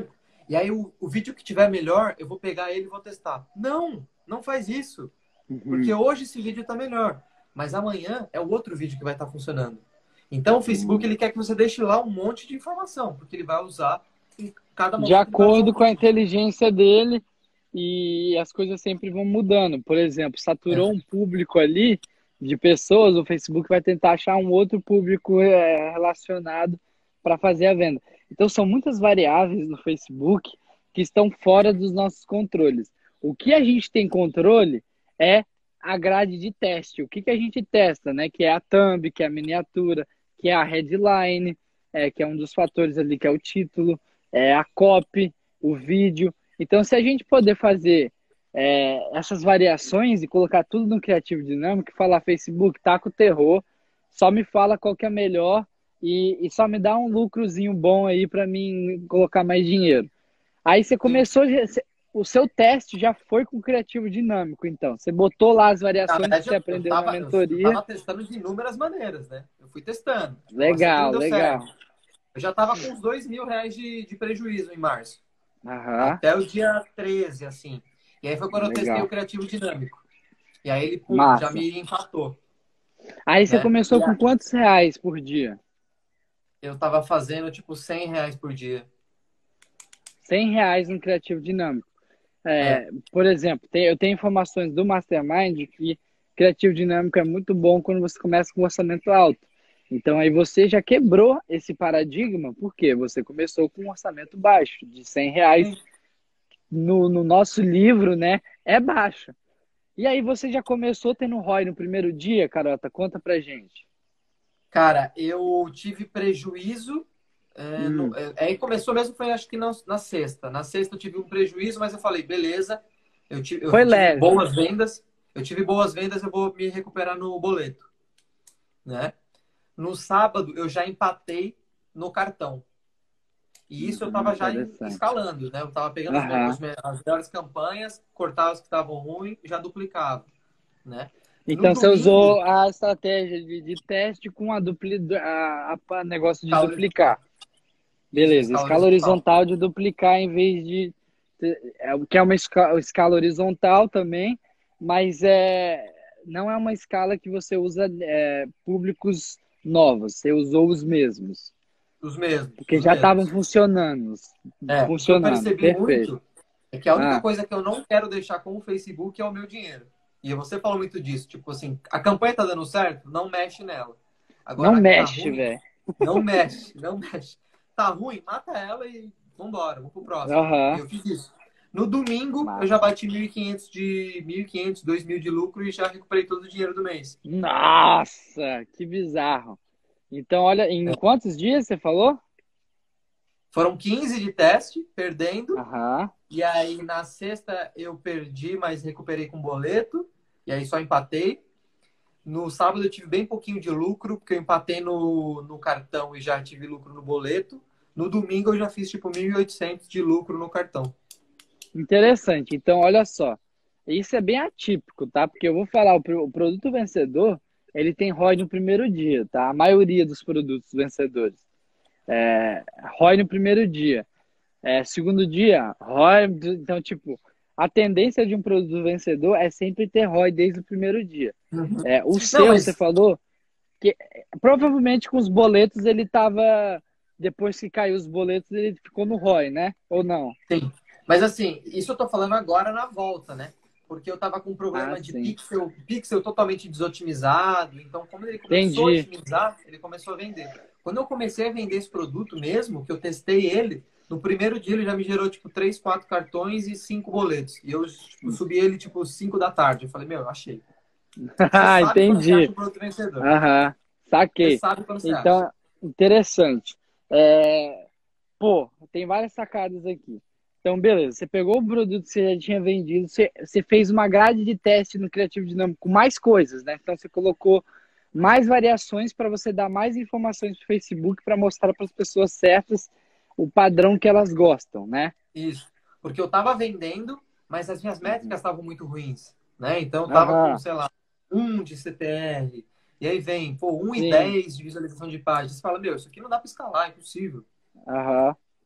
E aí o vídeo que tiver melhor, eu vou pegar ele e vou testar. Não, não faz isso. Porque hoje esse vídeo está melhor, mas amanhã é o outro vídeo que vai estar funcionando. Então o Facebook ele quer que você deixe lá um monte de informação, porque ele vai usar em cada De momento ele vai usar acordo um com a vídeo. inteligência dele, e as coisas sempre vão mudando. Por exemplo, É, saturou um público ali de pessoas, o Facebook vai tentar achar um outro público relacionado para fazer a venda. Então, são muitas variáveis no Facebook que estão fora dos nossos controles. O que a gente tem controle é a grade de teste. O que, que a gente testa, né? Que é a thumb, que é a miniatura, que é a headline, que é um dos fatores ali, que é o título, a copy, o vídeo. Então, se a gente poder fazer essas variações e colocar tudo no Criativo Dinâmico, falar Facebook, taca o terror, só me fala qual que é melhor e só me dá um lucrozinho bom aí para mim colocar mais dinheiro. Aí você sim. começou, o seu teste já foi com o Criativo Dinâmico, então. Você botou lá as Na variações que verdade, você aprendeu na eu mentoria. tava testando de inúmeras maneiras, né? Eu fui testando. Tipo, essa aqui não Legal, deu certo. legal. Eu já tava com uns R$ 2.000 de prejuízo em março. Aham, Até o dia 13, assim. E aí foi quando eu testei o legal. Criativo Dinâmico. E aí ele, pum, já Massa. me empatou, Aí você né? começou com quantos reais por dia? Eu tava fazendo, tipo, R$ 100 por dia. R$ 100 no Criativo Dinâmico. É. Por exemplo, eu tenho informações do Mastermind que Criativo Dinâmico é muito bom quando você começa com um orçamento alto. Então aí você já quebrou esse paradigma, porque você começou com um orçamento baixo, de R$ 100 Sim. no nosso livro, né? É baixo. E aí você já começou tendo ROI no primeiro dia, Carota? Conta pra gente. Cara, eu tive prejuízo. Hum, Aí começou mesmo, foi acho que na sexta. Na sexta eu tive um prejuízo, mas eu falei, beleza, foi eu tive leve. boas vendas. Eu tive boas vendas, eu vou me recuperar no boleto, né? No sábado eu já empatei no cartão. E isso eu estava já Interessante. escalando, né? Eu estava pegando Aham. as melhores campanhas, cortava as que estavam ruins e já duplicava, né? No Então você domingo, usou a estratégia de teste com a negócio de escala horizontal. duplicar. Isso, Beleza, escala escala horizontal. horizontal de duplicar em vez de. Que é uma escala horizontal também, mas não é uma escala que você usa públicos novos, você usou os mesmos, Os mesmos, porque os já estavam mesmos. funcionando. O que eu Funcionando, percebi perfeito. muito é que a única Ah, coisa que eu não quero deixar com o Facebook é o meu dinheiro. E você falou muito disso, tipo assim, a campanha tá dando certo, não mexe nela. não Agora a que tá mexe, ruim, velho. não mexe, não mexe. Tá ruim, mata ela e vambora, vamos pro próximo. E Aham, eu fiz isso. No domingo, eu já massa. bati 1.500, 2.000 de lucro e já recuperei todo o dinheiro do mês. Nossa, que bizarro. Então, olha, em quantos dias você falou? Foram 15 de teste, perdendo. Aham. E aí na sexta eu perdi, mas recuperei com boleto. E aí só empatei. No sábado eu tive bem pouquinho de lucro, porque eu empatei no cartão e já tive lucro no boleto. No domingo eu já fiz tipo 1.800 de lucro no cartão. Interessante. Então, olha só. Isso é bem atípico, tá? Porque eu vou falar, o produto vencedor, ele tem ROI no primeiro dia, tá? A maioria dos produtos vencedores. ROI no primeiro dia. Segundo dia, ROI. Então, tipo, a tendência de um produto vencedor é sempre ter ROI desde o primeiro dia. Uhum. O Não, seu, você mas falou, que provavelmente com os boletos ele tava. Depois que caiu os boletos, ele ficou no ROI, né? Ou não? sim. Mas assim, isso eu tô falando agora na volta, né? Porque eu tava com um Ah, problema de sim. pixel totalmente desotimizado. Então, como ele começou a Entendi. otimizar, ele começou a vender. Quando eu comecei a vender esse produto mesmo, que eu testei ele, no primeiro dia ele já me gerou, tipo, 3, 4 cartões e 5 boletos. E eu, tipo, subi ele, tipo, 5 da tarde. Eu falei, meu, eu achei. Você Ah, sabe quando você acha entendi. um produto vencedor. Aham, Você saquei. sabe quando você acha. Então, interessante. Pô, tem várias sacadas aqui. Então, beleza, você pegou o produto que você já tinha vendido, você fez uma grade de teste no Criativo Dinâmico com mais coisas, né? Então, você colocou mais variações para você dar mais informações para o Facebook para mostrar para as pessoas certas o padrão que elas gostam, né? Isso. Porque eu tava vendendo, mas as minhas métricas Uhum. estavam muito ruins, né? Então eu tava com, Aham, sei lá, 1 de CTR. E aí vem, pô, 1 e sim. 10 de visualização de página. Você fala, meu, isso aqui não dá para escalar, é impossível. Aham.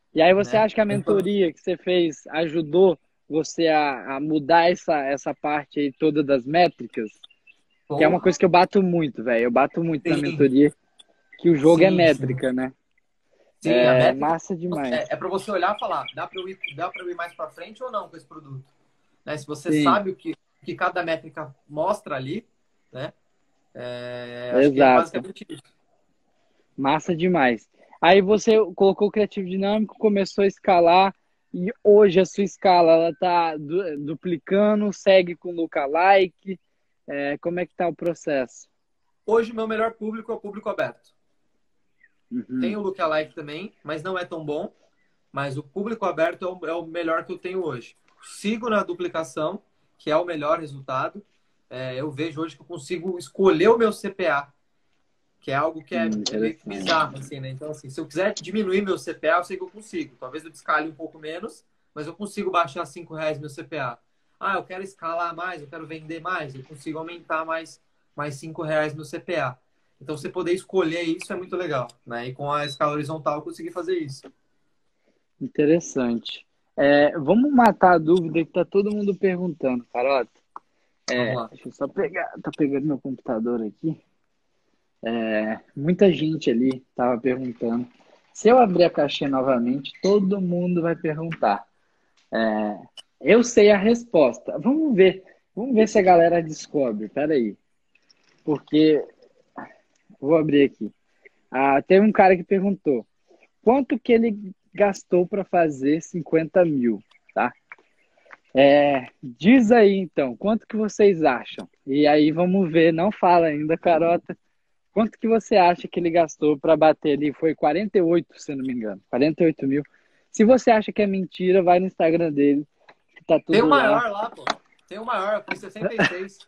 E aí você né? acha que a mentoria que você fez ajudou você a mudar essa parte aí toda das métricas? Que é uma Porra, coisa que eu bato muito, velho. Eu bato muito na sim, mentoria, que o jogo é sim, sim. métrica, né? Sim, a É métrica massa demais. é para você olhar e falar, dá para eu ir mais para frente ou não com esse produto? Né? Se você Sim, sabe que cada métrica mostra ali, né? Acho que é exato. basicamente isso. Massa demais. Aí você colocou o criativo dinâmico, começou a escalar e hoje a sua escala ela tá duplicando, segue com lookalike. Como é que tá o processo? Hoje, o meu melhor público é o público aberto. Tem Uhum. o lookalike também, mas não é tão bom. Mas o público aberto é o melhor que eu tenho hoje. Sigo na duplicação, que é o melhor resultado. Eu vejo hoje que eu consigo escolher o meu CPA, que é algo que é meio que Interessante. bizarro, assim, né? Então, assim, se eu quiser diminuir meu CPA, eu sei que eu consigo. Talvez eu descale um pouco menos, mas eu consigo baixar R$ 5 meu CPA. Ah, eu quero escalar mais, eu quero vender mais, eu consigo aumentar mais R$ 5 meu CPA. Então, você poder escolher isso é muito legal, né? E com a escala horizontal, eu consegui fazer isso. Interessante. Vamos matar a dúvida que tá todo mundo perguntando, Carota. Vamos lá. Deixa eu só pegar, tô pegando meu computador aqui. Muita gente ali tava perguntando. Se eu abrir a caixinha novamente, todo mundo vai perguntar. Eu sei a resposta. Vamos ver se a galera descobre. Peraí, porque vou abrir aqui. Teve um cara que perguntou quanto que ele gastou para fazer 50 mil, tá? Diz aí então, quanto que vocês acham? E aí vamos ver, não fala ainda, Carota. Quanto que você acha que ele gastou para bater ali? Foi 48, se eu não me engano. 48 mil. Se você acha que é mentira, vai no Instagram dele, que tá Tem o tudo lá. maior lá, pô. Tem o maior, foi 66.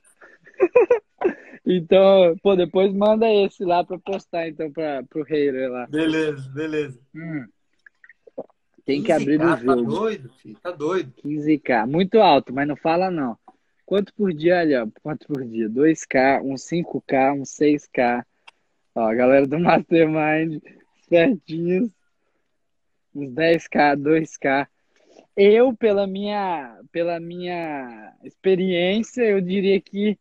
Então, pô, depois manda esse lá para postar, então, pro hater lá. Beleza, beleza. Hum, tem que abrir o 15K, tá jogo. doido, filho? Tá doido. 15K. Muito alto, mas não fala não. Quanto por dia, olha, quanto por dia? 2K, um 5K, um 6K. Ó, a galera do Mastermind, certinhos, uns 10K, 2K. Eu, pela minha experiência, eu diria que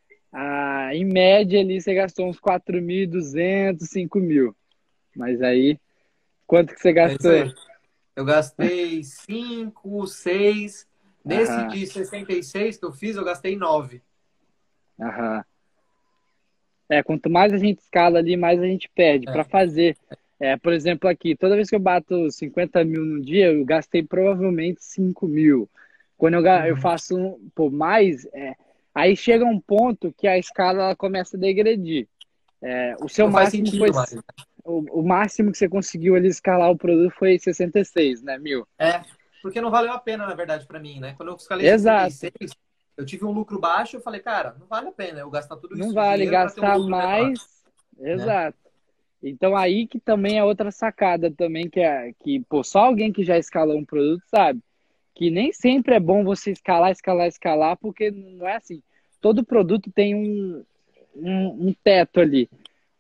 em média ali você gastou uns 4.200, 5 mil. Mas aí, quanto que você É isso gastou? aí. Eu gastei 5, 6. Nesse Aham, de 66 que eu fiz, eu gastei 9. aham. Quanto mais a gente escala ali, mais a gente perde. Para É. fazer, por exemplo, aqui, toda vez que eu bato 50 mil no dia, eu gastei provavelmente 5 mil. Quando eu Uhum. faço pô, mais, aí chega um ponto que a escala ela começa a degredir. O seu Não faz máximo foi. sentido mais. O máximo que você conseguiu ali escalar o produto foi 66, né, mil? Porque não valeu a pena, na verdade, para mim, né? Quando eu escalei Exato. 66, eu tive um lucro baixo, eu falei, cara, não vale a pena eu gastar tudo Não isso de vale dinheiro para ter um gastar lucro menor, mais. né? Exato. Então aí que também é outra sacada também, que pô, só alguém que já escalou um produto sabe que nem sempre é bom você escalar, escalar, escalar, porque não é assim. Todo produto tem um teto ali.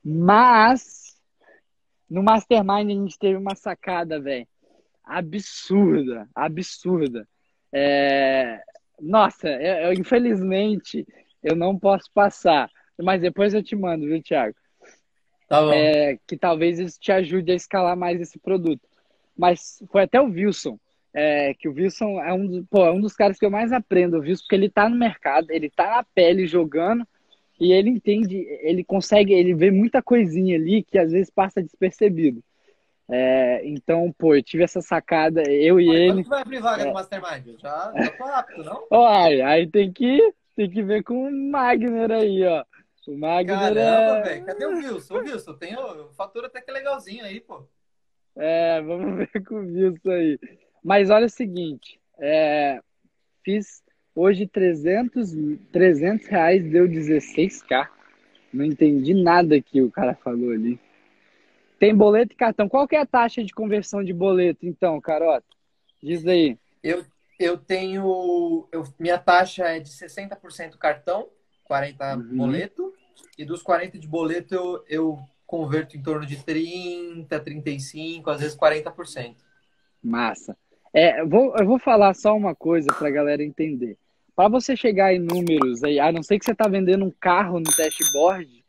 Mas no Mastermind a gente teve uma sacada, velho. Absurda, absurda. É, Nossa, infelizmente eu não posso passar, mas depois eu te mando, viu, Thiago? Tá bom. Que talvez isso te ajude a escalar mais esse produto. Mas foi até o Wilson, que o Wilson é um dos caras que eu mais aprendo, o Wilson, porque ele tá no mercado, ele tá na pele jogando e ele entende, ele consegue, ele vê muita coisinha ali que às vezes passa despercebido. Então, pô, eu tive essa sacada, eu e Pô, e quando ele. que vai abrir vaga no Mastermind? Eu já tô apto, não? Aí tem que ver com o Magner aí, ó. O Magner Caramba, velho. Cadê o Wilson? Ô, Wilson, tem o fatura até que legalzinho aí, pô. vamos ver com isso aí. Mas olha o seguinte, fiz hoje 300 reais, deu 16K. Não entendi nada que o cara falou ali. Tem boleto e cartão. Qual que é a taxa de conversão de boleto, então, Carota? Diz aí. Eu tenho. Minha taxa é de 60% cartão, 40% Uhum. boleto. E dos 40% de boleto eu converto em torno de 30, 35, às vezes 40%. Massa. Eu vou falar só uma coisa para a galera entender. Para você chegar em números aí, a não ser que você está vendendo um carro no dashboard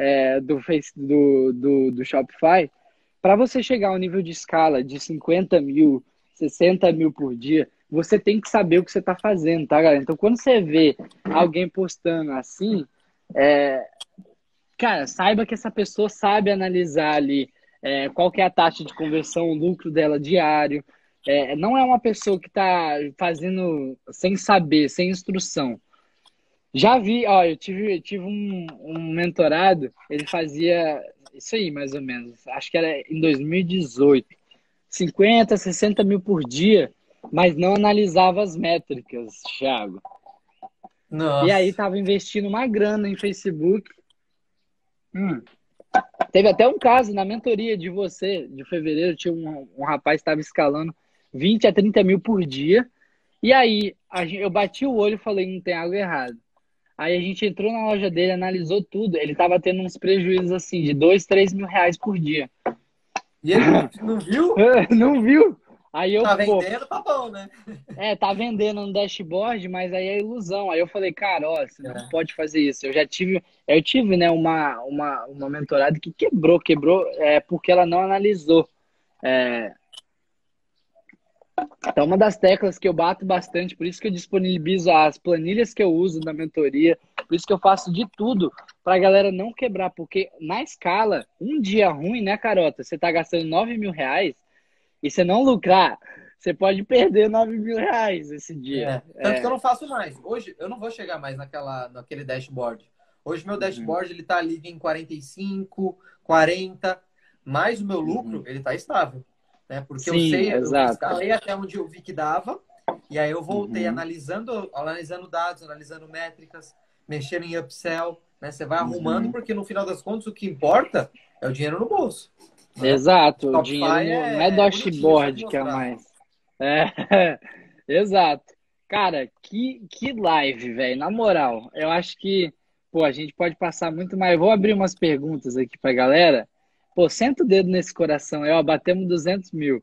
do Shopify, para você chegar ao nível de escala de 50 mil, 60 mil por dia, você tem que saber o que você está fazendo, tá, galera? Então, quando você vê alguém postando assim, é, cara, saiba que essa pessoa sabe analisar ali qual que é a taxa de conversão, o lucro dela diário. Não é uma pessoa que está fazendo sem saber, sem instrução. Já vi, ó, eu tive um mentorado, ele fazia isso aí, mais ou menos. Acho que era em 2018. 50, 60 mil por dia, mas não analisava as métricas, Thiago. E aí Nossa. tava investindo uma grana em Facebook. Hum. Teve até um caso na mentoria de você, de fevereiro, tinha um rapaz que estava escalando 20 a 30 mil por dia. E aí eu bati o olho e falei, não tem algo errado. Aí a gente entrou na loja dele, analisou tudo. Ele estava tendo uns prejuízos assim, de 2, 3 mil reais por dia. E ele não viu? Não viu? Aí eu, Tá pô, vendendo, tá bom, né? tá vendendo no dashboard, mas aí é ilusão. Aí eu falei, cara, ó, você não É. pode fazer isso. Eu tive, né, uma mentorada que quebrou, porque ela não analisou. É, Então, uma das teclas que eu bato bastante, por isso que eu disponibilizo as planilhas que eu uso na mentoria, por isso que eu faço de tudo para a galera não quebrar, porque na escala, um dia ruim, né, Carota? Você tá gastando 9 mil reais e você não lucrar, você pode perder 9 mil reais esse dia. Tanto que eu não faço mais. Hoje eu não vou chegar mais naquele dashboard. Hoje meu Uhum, dashboard ele tá ali em 45, 40, mas o meu lucro uhum. ele tá estável, né? Porque eu Sim, sei, eu exato. escalei até onde eu vi que dava, e aí eu voltei Uhum, analisando dados, analisando métricas, mexendo em upsell, né? Você vai arrumando uhum. porque no final das contas o que importa é o dinheiro no bolso, né? Exato, o dinheiro Shopify não é é bonitinho só de dashboard que é mostrar. mais. É, exato. Cara, que live, velho. Na moral, eu acho que, pô, a gente pode passar muito mais. Eu vou abrir umas perguntas aqui pra galera. Pô, senta o dedo nesse coração. Ó, batemos 200 mil.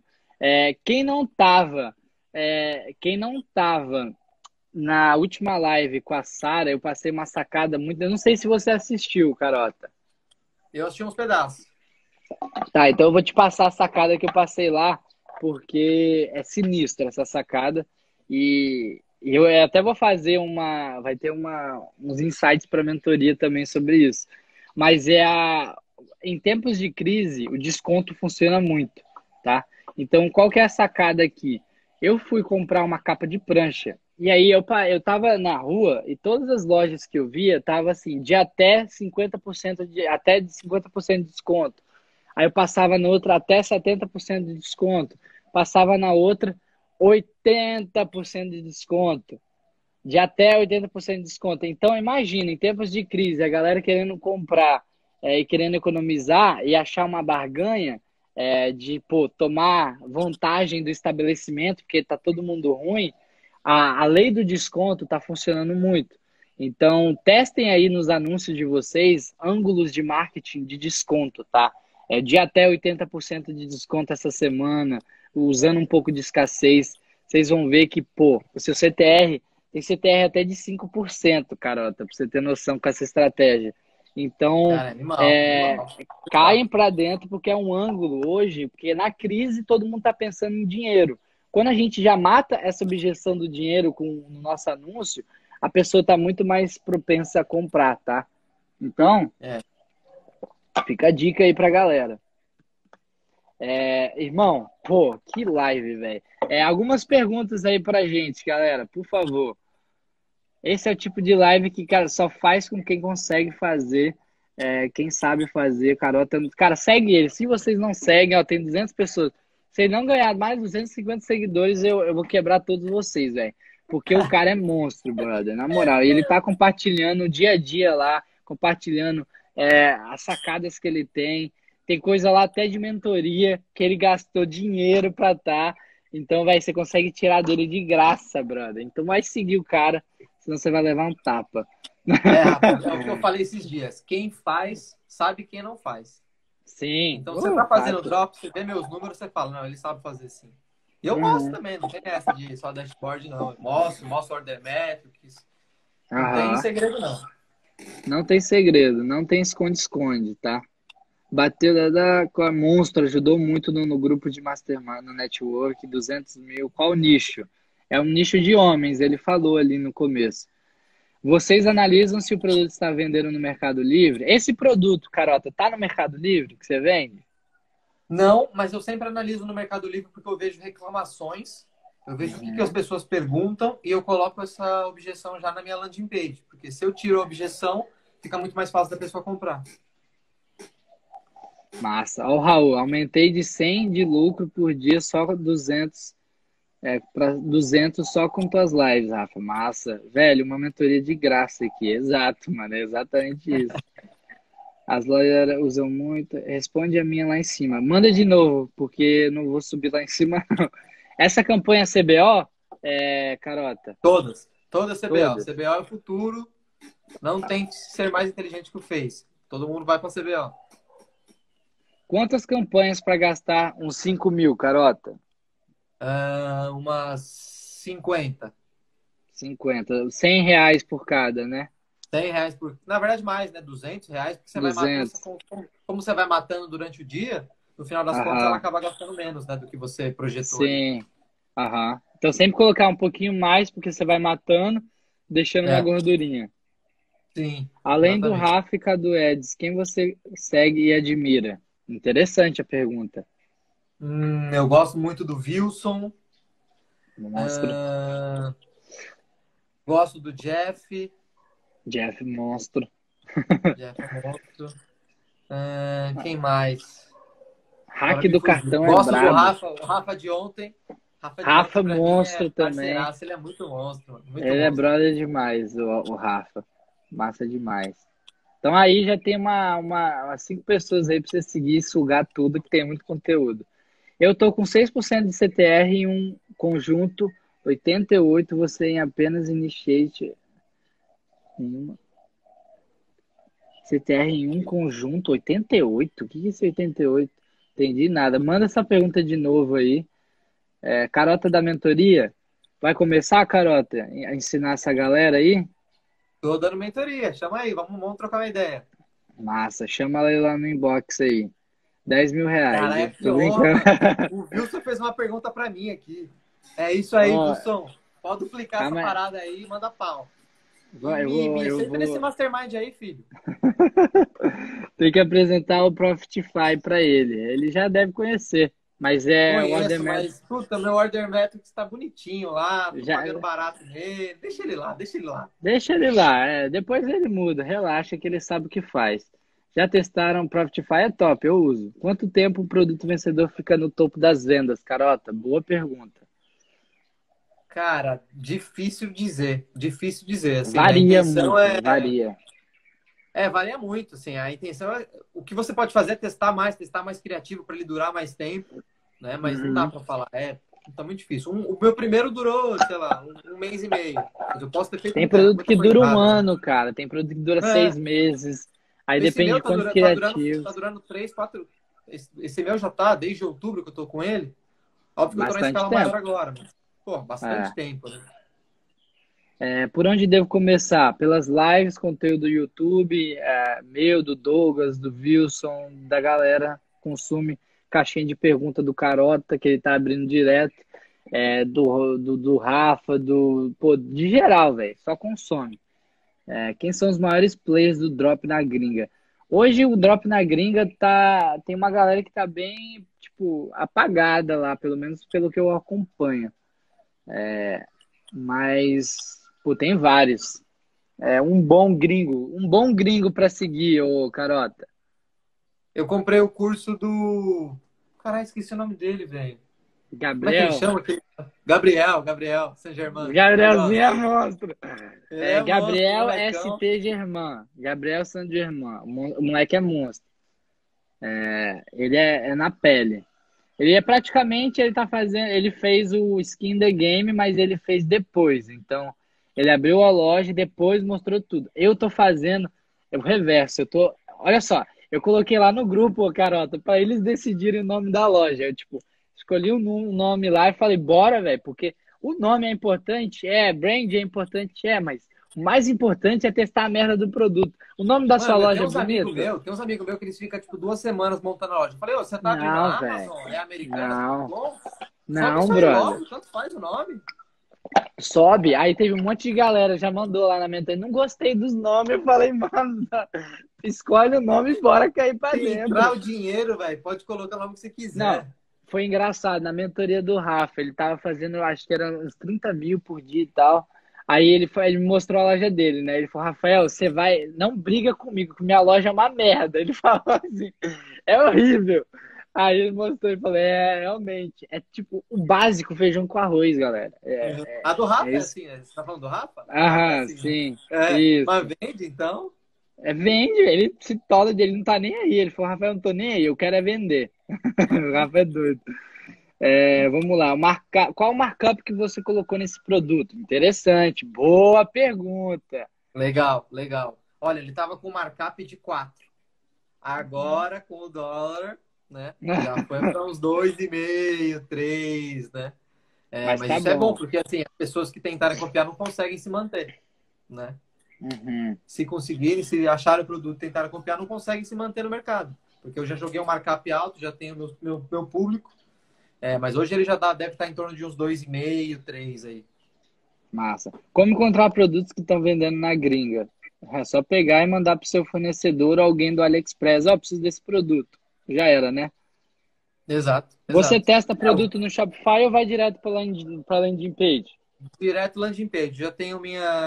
Quem não tava na última live com a Sara, eu passei uma sacada muito. Eu não sei se você assistiu, Carota. Eu assisti uns pedaços. Tá, então eu vou te passar a sacada que eu passei lá, porque é sinistra essa sacada. E eu até vou fazer vai ter uns insights para mentoria também sobre isso. Mas em tempos de crise, o desconto funciona muito, tá? Então, qual que é a sacada aqui? Eu fui comprar uma capa de prancha. E aí eu tava na rua e todas as lojas que eu via tava assim, de até 50% até de 50% de desconto. Aí eu passava na outra até 70% de desconto. Passava na outra 80% de desconto. De até 80% de desconto. Então, imagina, em tempos de crise, a galera querendo comprar e querendo economizar e achar uma barganha de, pô, tomar vantagem do estabelecimento, porque tá todo mundo ruim, a lei do desconto tá funcionando muito. Então, testem aí nos anúncios de vocês ângulos de marketing de desconto, tá? De até 80% de desconto essa semana, usando um pouco de escassez. Vocês vão ver que, pô, o seu CTR tem CTR até de 5%, Carota, pra você ter noção com essa estratégia. Então, Cara, animal, animal. caem para dentro porque é um ângulo hoje, porque na crise todo mundo está pensando em dinheiro. Quando a gente já mata essa objeção do dinheiro no nosso anúncio, a pessoa está muito mais propensa a comprar, tá? Então, É. fica a dica aí pra galera. Irmão, pô, que live, velho. Algumas perguntas aí pra gente, galera, por favor. Esse é o tipo de live que, cara, só faz com quem consegue fazer, quem sabe fazer. Carota, cara, segue ele. Se vocês não seguem, ó, tem 200 pessoas. Se ele não ganhar mais 250 seguidores, eu vou quebrar todos vocês, velho. Porque o cara é monstro, brother, na moral. E ele tá compartilhando o dia a dia lá, compartilhando as sacadas que ele tem. Tem coisa lá até de mentoria que ele gastou dinheiro pra tá. Então, vai, você consegue tirar dele de graça, brother. Então, vai seguir o cara, senão você vai levar um tapa. Rafa, é o que eu falei esses dias. Quem faz, sabe quem não faz. Sim. Então, você tá Tá. fazendo drop, você vê meus números, você fala, não, ele sabe fazer sim. E eu mostro Uhum. também, não tem essa de só dashboard, não. Eu mostro order metrics. Não tem Aham. segredo, não. Não tem segredo, não tem esconde-esconde, tá? Bateu com a Monstro, ajudou muito no grupo de Mastermind, no network, 200 mil. Qual nicho? É um nicho de homens, ele falou ali no começo. Vocês analisam se o produto está vendendo no Mercado Livre? Esse produto, Carota, tá no Mercado Livre que você vende? Não, mas eu sempre analiso no Mercado Livre porque eu vejo reclamações, eu vejo o que as Uhum. pessoas perguntam e eu coloco essa objeção já na minha landing page. Porque se eu tiro a objeção, fica muito mais fácil da pessoa comprar. Massa. Ó, Raul, aumentei de 100 de lucro por dia só com 200, para 200 só com tuas lives, Rafa. Massa. Velho, uma mentoria de graça aqui. Exato, mano. É exatamente isso. As lojas usam muito. Responde a minha lá em cima. Manda de novo, porque não vou subir lá em cima, não. Essa campanha CBO, Carota, Todas. Todas CBO. todas. CBO é o futuro. Não tente ser mais inteligente que o Face. Todo mundo vai para CBO. Quantas campanhas para gastar uns 5 mil, Carota? Umas 50. 50. R$ 100 por cada, né? R$ 100 por. Na verdade, mais, né? R$ 200, porque você vai matando. 200. Como você vai matando durante o dia, no final das contas, ela Aham. acaba gastando menos, né? Do que você projetou ali. Sim. Aham. Então sempre colocar um pouquinho mais, porque você vai matando, deixando uma É, gordurinha. sim, Além do exatamente. Rafa e Cadu Eds, quem você segue e admira? Interessante a pergunta. Eu gosto muito do Wilson. Monstro. ah, Gosto do Jeff. Jeff Monstro. Jeff é monstro. Quem mais? Hack Agora me do fugiu. cartão é Gosto do brabo. Rafa, o Rafa de ontem. Rafa de ontem, Rafa pra mim, é Monstro também. parceiraço. Ele é muito monstro, mano. Muito Ele é monstro. brother demais, o Rafa. Massa demais. Então aí já tem umas 5 pessoas aí pra você seguir e sugar tudo, que tem muito conteúdo. Eu tô com 6% de CTR em um conjunto, 88 você em apenas initiate em uma. CTR em um conjunto, 88? O que é esse 88? Entendi nada. Manda essa pergunta de novo aí. Carota da mentoria, vai começar, Carota, a ensinar essa galera aí? Tô dando mentoria. Chama aí, vamos trocar uma ideia. Massa, chama ela aí lá no inbox aí. R$ 10.000, Cara, é viu? que Tô honra, brincando. mano. O Wilson fez uma pergunta pra mim aqui. É isso aí, Ó, Wilson. Pode duplicar essa calma, parada aí e manda pau. E eu vou, me eu senta nesse vou. mastermind aí, filho. Tem que apresentar o Profitify para ele. Ele já deve conhecer, mas é o Order Conheço, Method. mas, puta, meu order metrics tá bonitinho lá. Tô Já, pagando barato nele. Deixa ele lá, deixa ele lá. deixa ele lá, depois ele muda. Relaxa que ele sabe o que faz. Já testaram o Profitify? É top, eu uso. Quanto tempo o produto vencedor fica no topo das vendas, Carota? Boa pergunta. Cara, difícil dizer. Difícil dizer. Assim, a Varia intenção muito, é. varia. Varia muito, assim. A intenção é. O que você pode fazer é testar mais criativo para ele durar mais tempo, né? Mas não dá Uhum. para falar. Tá muito difícil. O meu primeiro durou, sei lá, um mês e meio. Mas eu posso ter feito Tem produto muita que coisa dura um errada, né? ano, cara. Tem produto que dura É, 6 meses. Aí esse depende meu de quantos tá criativos. durando 3, 4. Esse meu já tá desde outubro que eu tô com ele. Óbvio que eu tô na Bastante escala maior tempo. agora, mas, pô, bastante É. tempo, né? Por onde devo começar? Pelas lives, conteúdo do YouTube, meu, do Douglas, do Wilson, da galera consome caixinha de pergunta do Carota, que ele tá abrindo direto, do Rafa, pô, de geral, velho, só consome. Quem são os maiores players do Drop na gringa? Hoje o Drop na gringa tem uma galera que tá bem, tipo, apagada lá, pelo menos pelo que eu acompanho. Mas, pô, tem vários. Um bom gringo para seguir, ô Carota. Eu comprei o curso do. Caralho, esqueci o nome dele, velho. Como é que ele Gabriel. chama? Gabriel Saint-Germain. Eu Gabrielzinho gosto. é monstro. Ele é monstro, Gabriel molecão. ST Germain. Gabriel Saint Germain. O moleque é monstro. Ele é na pele. Ele tá fazendo, ele fez o Skin the Game, mas ele fez depois. Então, ele abriu a loja e depois mostrou tudo. Eu tô fazendo o reverso. Olha só, eu coloquei lá no grupo, Carota, para eles decidirem o nome da loja. Eu, tipo, escolhi um nome lá e falei, bora, velho, porque o nome é importante, brand é importante, mas o mais importante é testar a merda do produto. O nome da sua Mano, loja é bonito? tem uns amigos meus que eles ficam, tipo, 2 semanas montando a loja. Eu falei, ô, você tá abrindo Não, a velho. Amazon? É americana? Não. Bom, sobe Não, isso aí brother. logo, tanto faz o nome. Sobe. Aí teve um monte de galera, já mandou lá na mentoria. Não gostei dos nomes. Eu falei, mano, escolhe o nome e bora cair pra Se entrar dentro. o dinheiro, velho, pode colocar o nome que você Não, quiser. foi engraçado. Na mentoria do Rafa, ele tava fazendo, eu acho que era uns 30 mil por dia e tal. Aí ele me mostrou a loja dele, né? Ele falou, Rafael, você vai. Não briga comigo, que minha loja é uma merda. Ele falou assim, é horrível. Aí ele mostrou e falou, realmente. É tipo o básico feijão com arroz, galera. Uhum. A do Rafa É é isso. assim, né? Você tá falando do Rafa? A do Rafa é Aham, assim, né? sim. É, mas Isso. vende, então. Vende, ele se tola dele, não tá nem aí. Ele falou, Rafael, eu não tô nem aí, eu quero é vender. O Rafa é doido. Vamos lá. Qual o markup que você colocou nesse produto? Interessante. Boa pergunta. Legal, legal. Olha, ele tava com markup de 4. Agora, com o dólar, né? Já foi para uns 2,5, 3, né? É, Mas mas tá isso é bom, bom. porque assim, as pessoas que tentarem copiar não conseguem se manter, né? Uhum. Se conseguirem, se acharem o produto e tentarem copiar, não conseguem se manter no mercado. Porque eu já joguei um markup alto, já tenho meu público. Mas hoje ele já deve estar em torno de uns 2,5, 3 aí. Massa. Como encontrar produtos que estão vendendo na gringa? É só pegar e mandar pro seu fornecedor ou alguém do AliExpress. Ó, preciso desse produto. Já era, né? Exato, Você exato. testa produto no Shopify ou vai direto para landing page? Direto landing page. Já tenho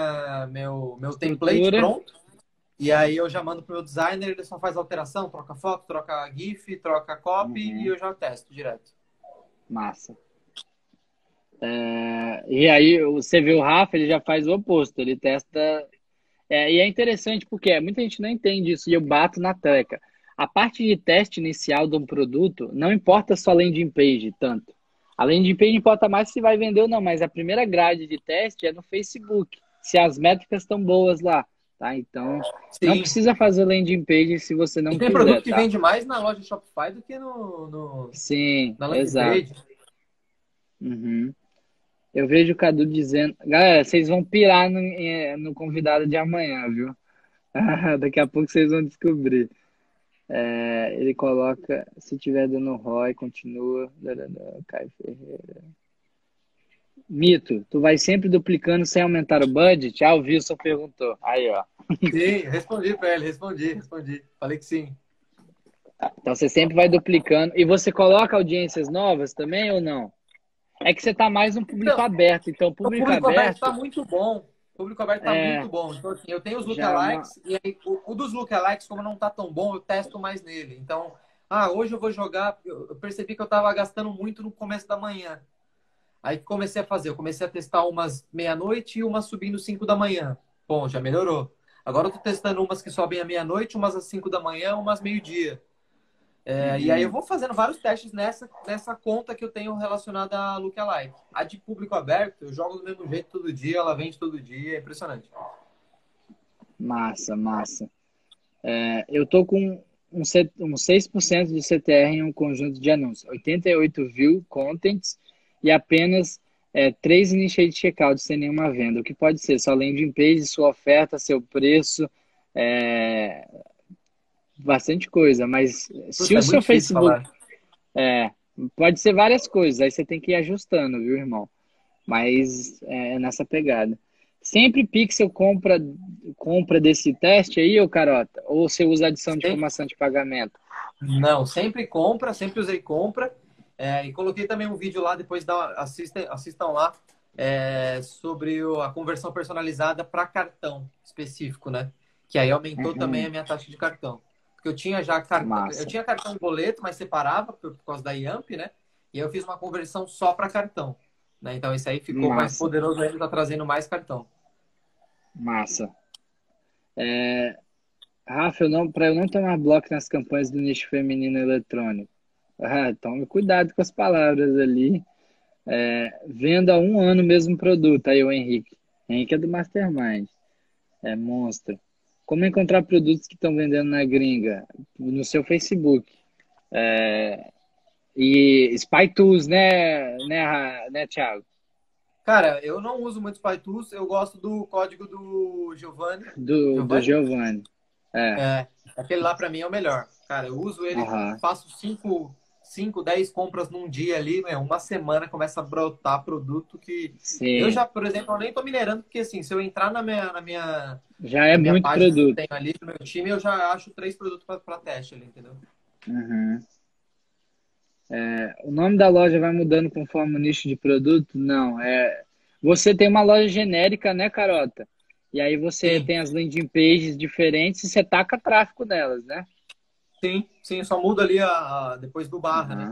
meu template Estrutura. pronto. E aí eu já mando pro meu designer, ele só faz alteração, troca foto, troca GIF, troca copy e Uhum. eu já testo direto. Massa. E aí você vê o Rafa, ele já faz o oposto, ele testa. E é interessante porque muita gente não entende isso e eu bato na tecla. A parte de teste inicial de um produto não importa só a landing page tanto. A landing page importa mais se vai vender ou não, mas a primeira grade de teste é no Facebook, se as métricas estão boas lá, tá? Então, não Sim. precisa fazer landing page se você E não tem produto quiser, que tá? vende mais na loja Shopify do que no, Sim, na landing exato. page. Uhum. Eu vejo o Cadu dizendo, galera, vocês vão pirar no convidado de amanhã, viu? Daqui a pouco vocês vão descobrir. Ele coloca, se tiver dando ROI, continua. Caio Ferreira. Mito, tu vai sempre duplicando sem aumentar o budget? Ah, o Wilson perguntou. Aí, ó. Sim, respondi para ele, respondi. Falei que sim. Então você sempre vai duplicando. E você coloca audiências novas também ou não? É que você tá mais um público Então, aberto. Então, o público público aberto está aberto muito bom. O público aberto está muito é bom. Então, assim, eu tenho os já é uma. lookalikes, e aí o dos lookalikes, como não está tão bom, eu testo mais nele. Então, hoje eu vou jogar. Eu percebi que eu estava gastando muito no começo da manhã. Aí que comecei a fazer? Eu comecei a testar umas meia-noite e umas subindo 5 da manhã. Bom, já melhorou. Agora eu tô testando umas que sobem à meia-noite, umas às 5 da manhã, umas meio-dia. E aí eu Uhum. vou fazendo vários testes nessa conta que eu tenho relacionada a Lookalike. A de público aberto, eu jogo do mesmo jeito todo dia, ela vende todo dia, é impressionante. Massa, massa. Eu tô com um 6% de CTR em um conjunto de anúncios. 88 view contents e apenas 3 initiate checkout sem nenhuma venda. O que pode ser só landing page, sua oferta, seu preço, é, bastante coisa. Mas se Puta, o é seu muito difícil Facebook... falar. É, pode ser várias coisas. Aí você tem que ir ajustando, viu, irmão? Mas é nessa pegada. Sempre Pixel compra desse teste aí, ô Carota? Ou você usa adição de Sem- informação de pagamento? Não, sempre compra, sempre usei compra. E coloquei também um vídeo lá, depois assistam lá, sobre a conversão personalizada para cartão específico, né? Que aí aumentou também a Uhum, minha taxa de cartão. Porque eu massa, tinha cartão e boleto, mas separava por causa da IAMP, né? E aí eu fiz uma conversão só para cartão, né? Então isso aí ficou mais massa, poderoso ainda, tá trazendo mais cartão. massa. Rafa, para eu não tomar bloco nas campanhas do nicho feminino eletrônico. Tome cuidado com as palavras ali. Vendo há um ano o mesmo produto. Aí o Henrique. Henrique é do Mastermind. É monstro. Como encontrar produtos que estão vendendo na gringa? No seu Facebook. E Spy Tools, né, Thiago? Cara, eu não uso muito SpyTools, eu gosto do código do Giovanni. Do Giovanni? Giovanni. É. É, aquele lá pra mim é o melhor. Cara, eu uso ele, Aham. faço 10 compras num dia ali, uma semana começa a brotar produto que eu Sim. já, por exemplo, eu nem tô minerando, porque assim, se eu entrar Já é na minha muito página que eu produto. tenho ali, no meu time, eu já acho 3 produtos pra teste ali, entendeu? Uhum. O nome da loja vai mudando conforme o nicho de produto? Não. Você tem uma loja genérica, né, Carota? E aí você Sim, tem as landing pages diferentes e você taca tráfego nelas, né? sim, só muda ali depois do barra, né? Uhum.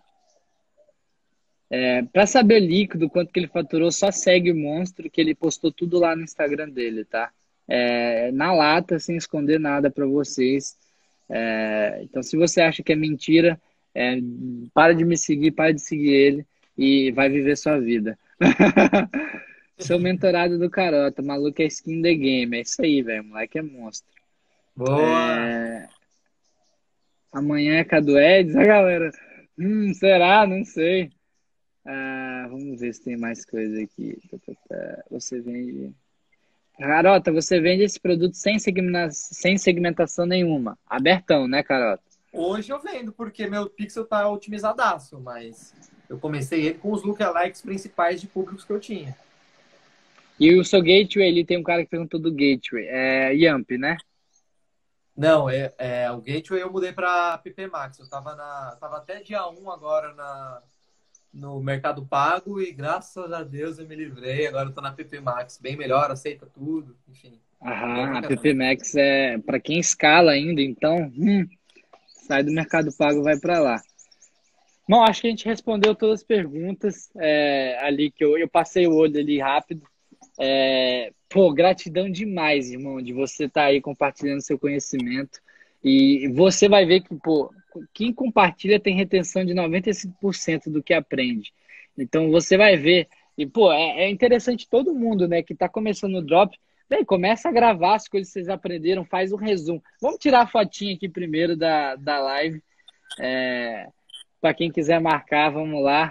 Para saber líquido, quanto que ele faturou, só segue o monstro que ele postou tudo lá no Instagram dele, tá? Na lata, sem esconder nada para vocês. Então, se você acha que é mentira, é, para de me seguir, para de seguir ele e vai viver sua vida. Sou mentorado do Carota, maluco é skin the game. É isso aí, velho. Moleque é monstro. Boa! Amanhã é Cadu Eds, a galera. Será? Não sei. Vamos ver se tem mais coisa aqui. Você vende. Carota, você vende esse produto sem segmentação nenhuma. Abertão, né, Carota? Hoje eu vendo, porque meu pixel tá otimizadaço, mas eu comecei ele com os lookalikes principais de públicos que eu tinha. E o seu gateway, ele tem um cara que perguntou do gateway. É Yamp, né? Não, o Gateway eu mudei para PP Max. Tava até dia 1 agora no Mercado Pago e graças a Deus eu me livrei. Agora eu tô na PP Max, bem melhor, aceita tudo, enfim. Bem Aham, a bacana. PP Max é para quem escala ainda, então sai do Mercado Pago e vai para lá. Bom, acho que a gente respondeu todas as perguntas ali que eu passei o olho ali rápido. Pô, gratidão demais, irmão, de você estar aí compartilhando seu conhecimento. E você vai ver que, pô, quem compartilha tem retenção de 95% do que aprende. Então você vai ver. E, pô, é interessante todo mundo, né, que está começando o drop. Bem, começa a gravar as coisas que vocês aprenderam, faz um resumo. Vamos tirar a fotinha aqui primeiro da live. Para quem quiser marcar, vamos lá.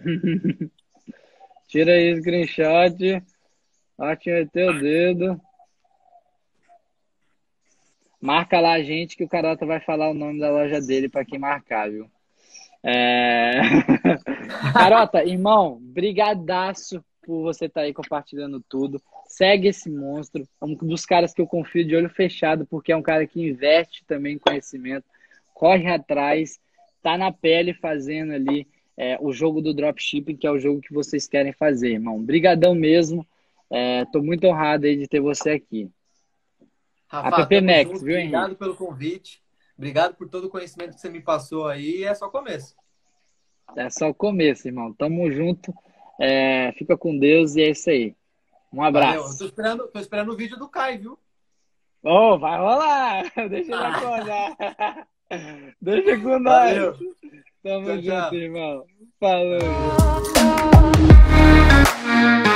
Tira aí o screenshot. Ótimo, teu dedo. Marca lá a gente que o Carota vai falar o nome da loja dele para quem marcar, viu? É... Carota, irmão, brigadaço por você estar aí compartilhando tudo. Segue esse monstro. É um dos caras que eu confio de olho fechado, porque é um cara que investe também em conhecimento, corre atrás, tá na pele fazendo ali o jogo do dropshipping, que é o jogo que vocês querem fazer, irmão. Brigadão mesmo. Tô muito honrado aí de ter você aqui. Rafa, App tamo Max, junto. viu, Obrigado Henrique? pelo convite. Obrigado por todo o conhecimento que você me passou aí. É só começo. É só o começo, irmão. Tamo junto. Fica com Deus e é isso aí. Um Valeu. Eu abraço. tô esperando o vídeo do Kai, viu? Oh, vai rolar. Deixa ele acordar. Deixa com nós. Valeu. Tamo Tchau, junto, tchau. irmão. Falou.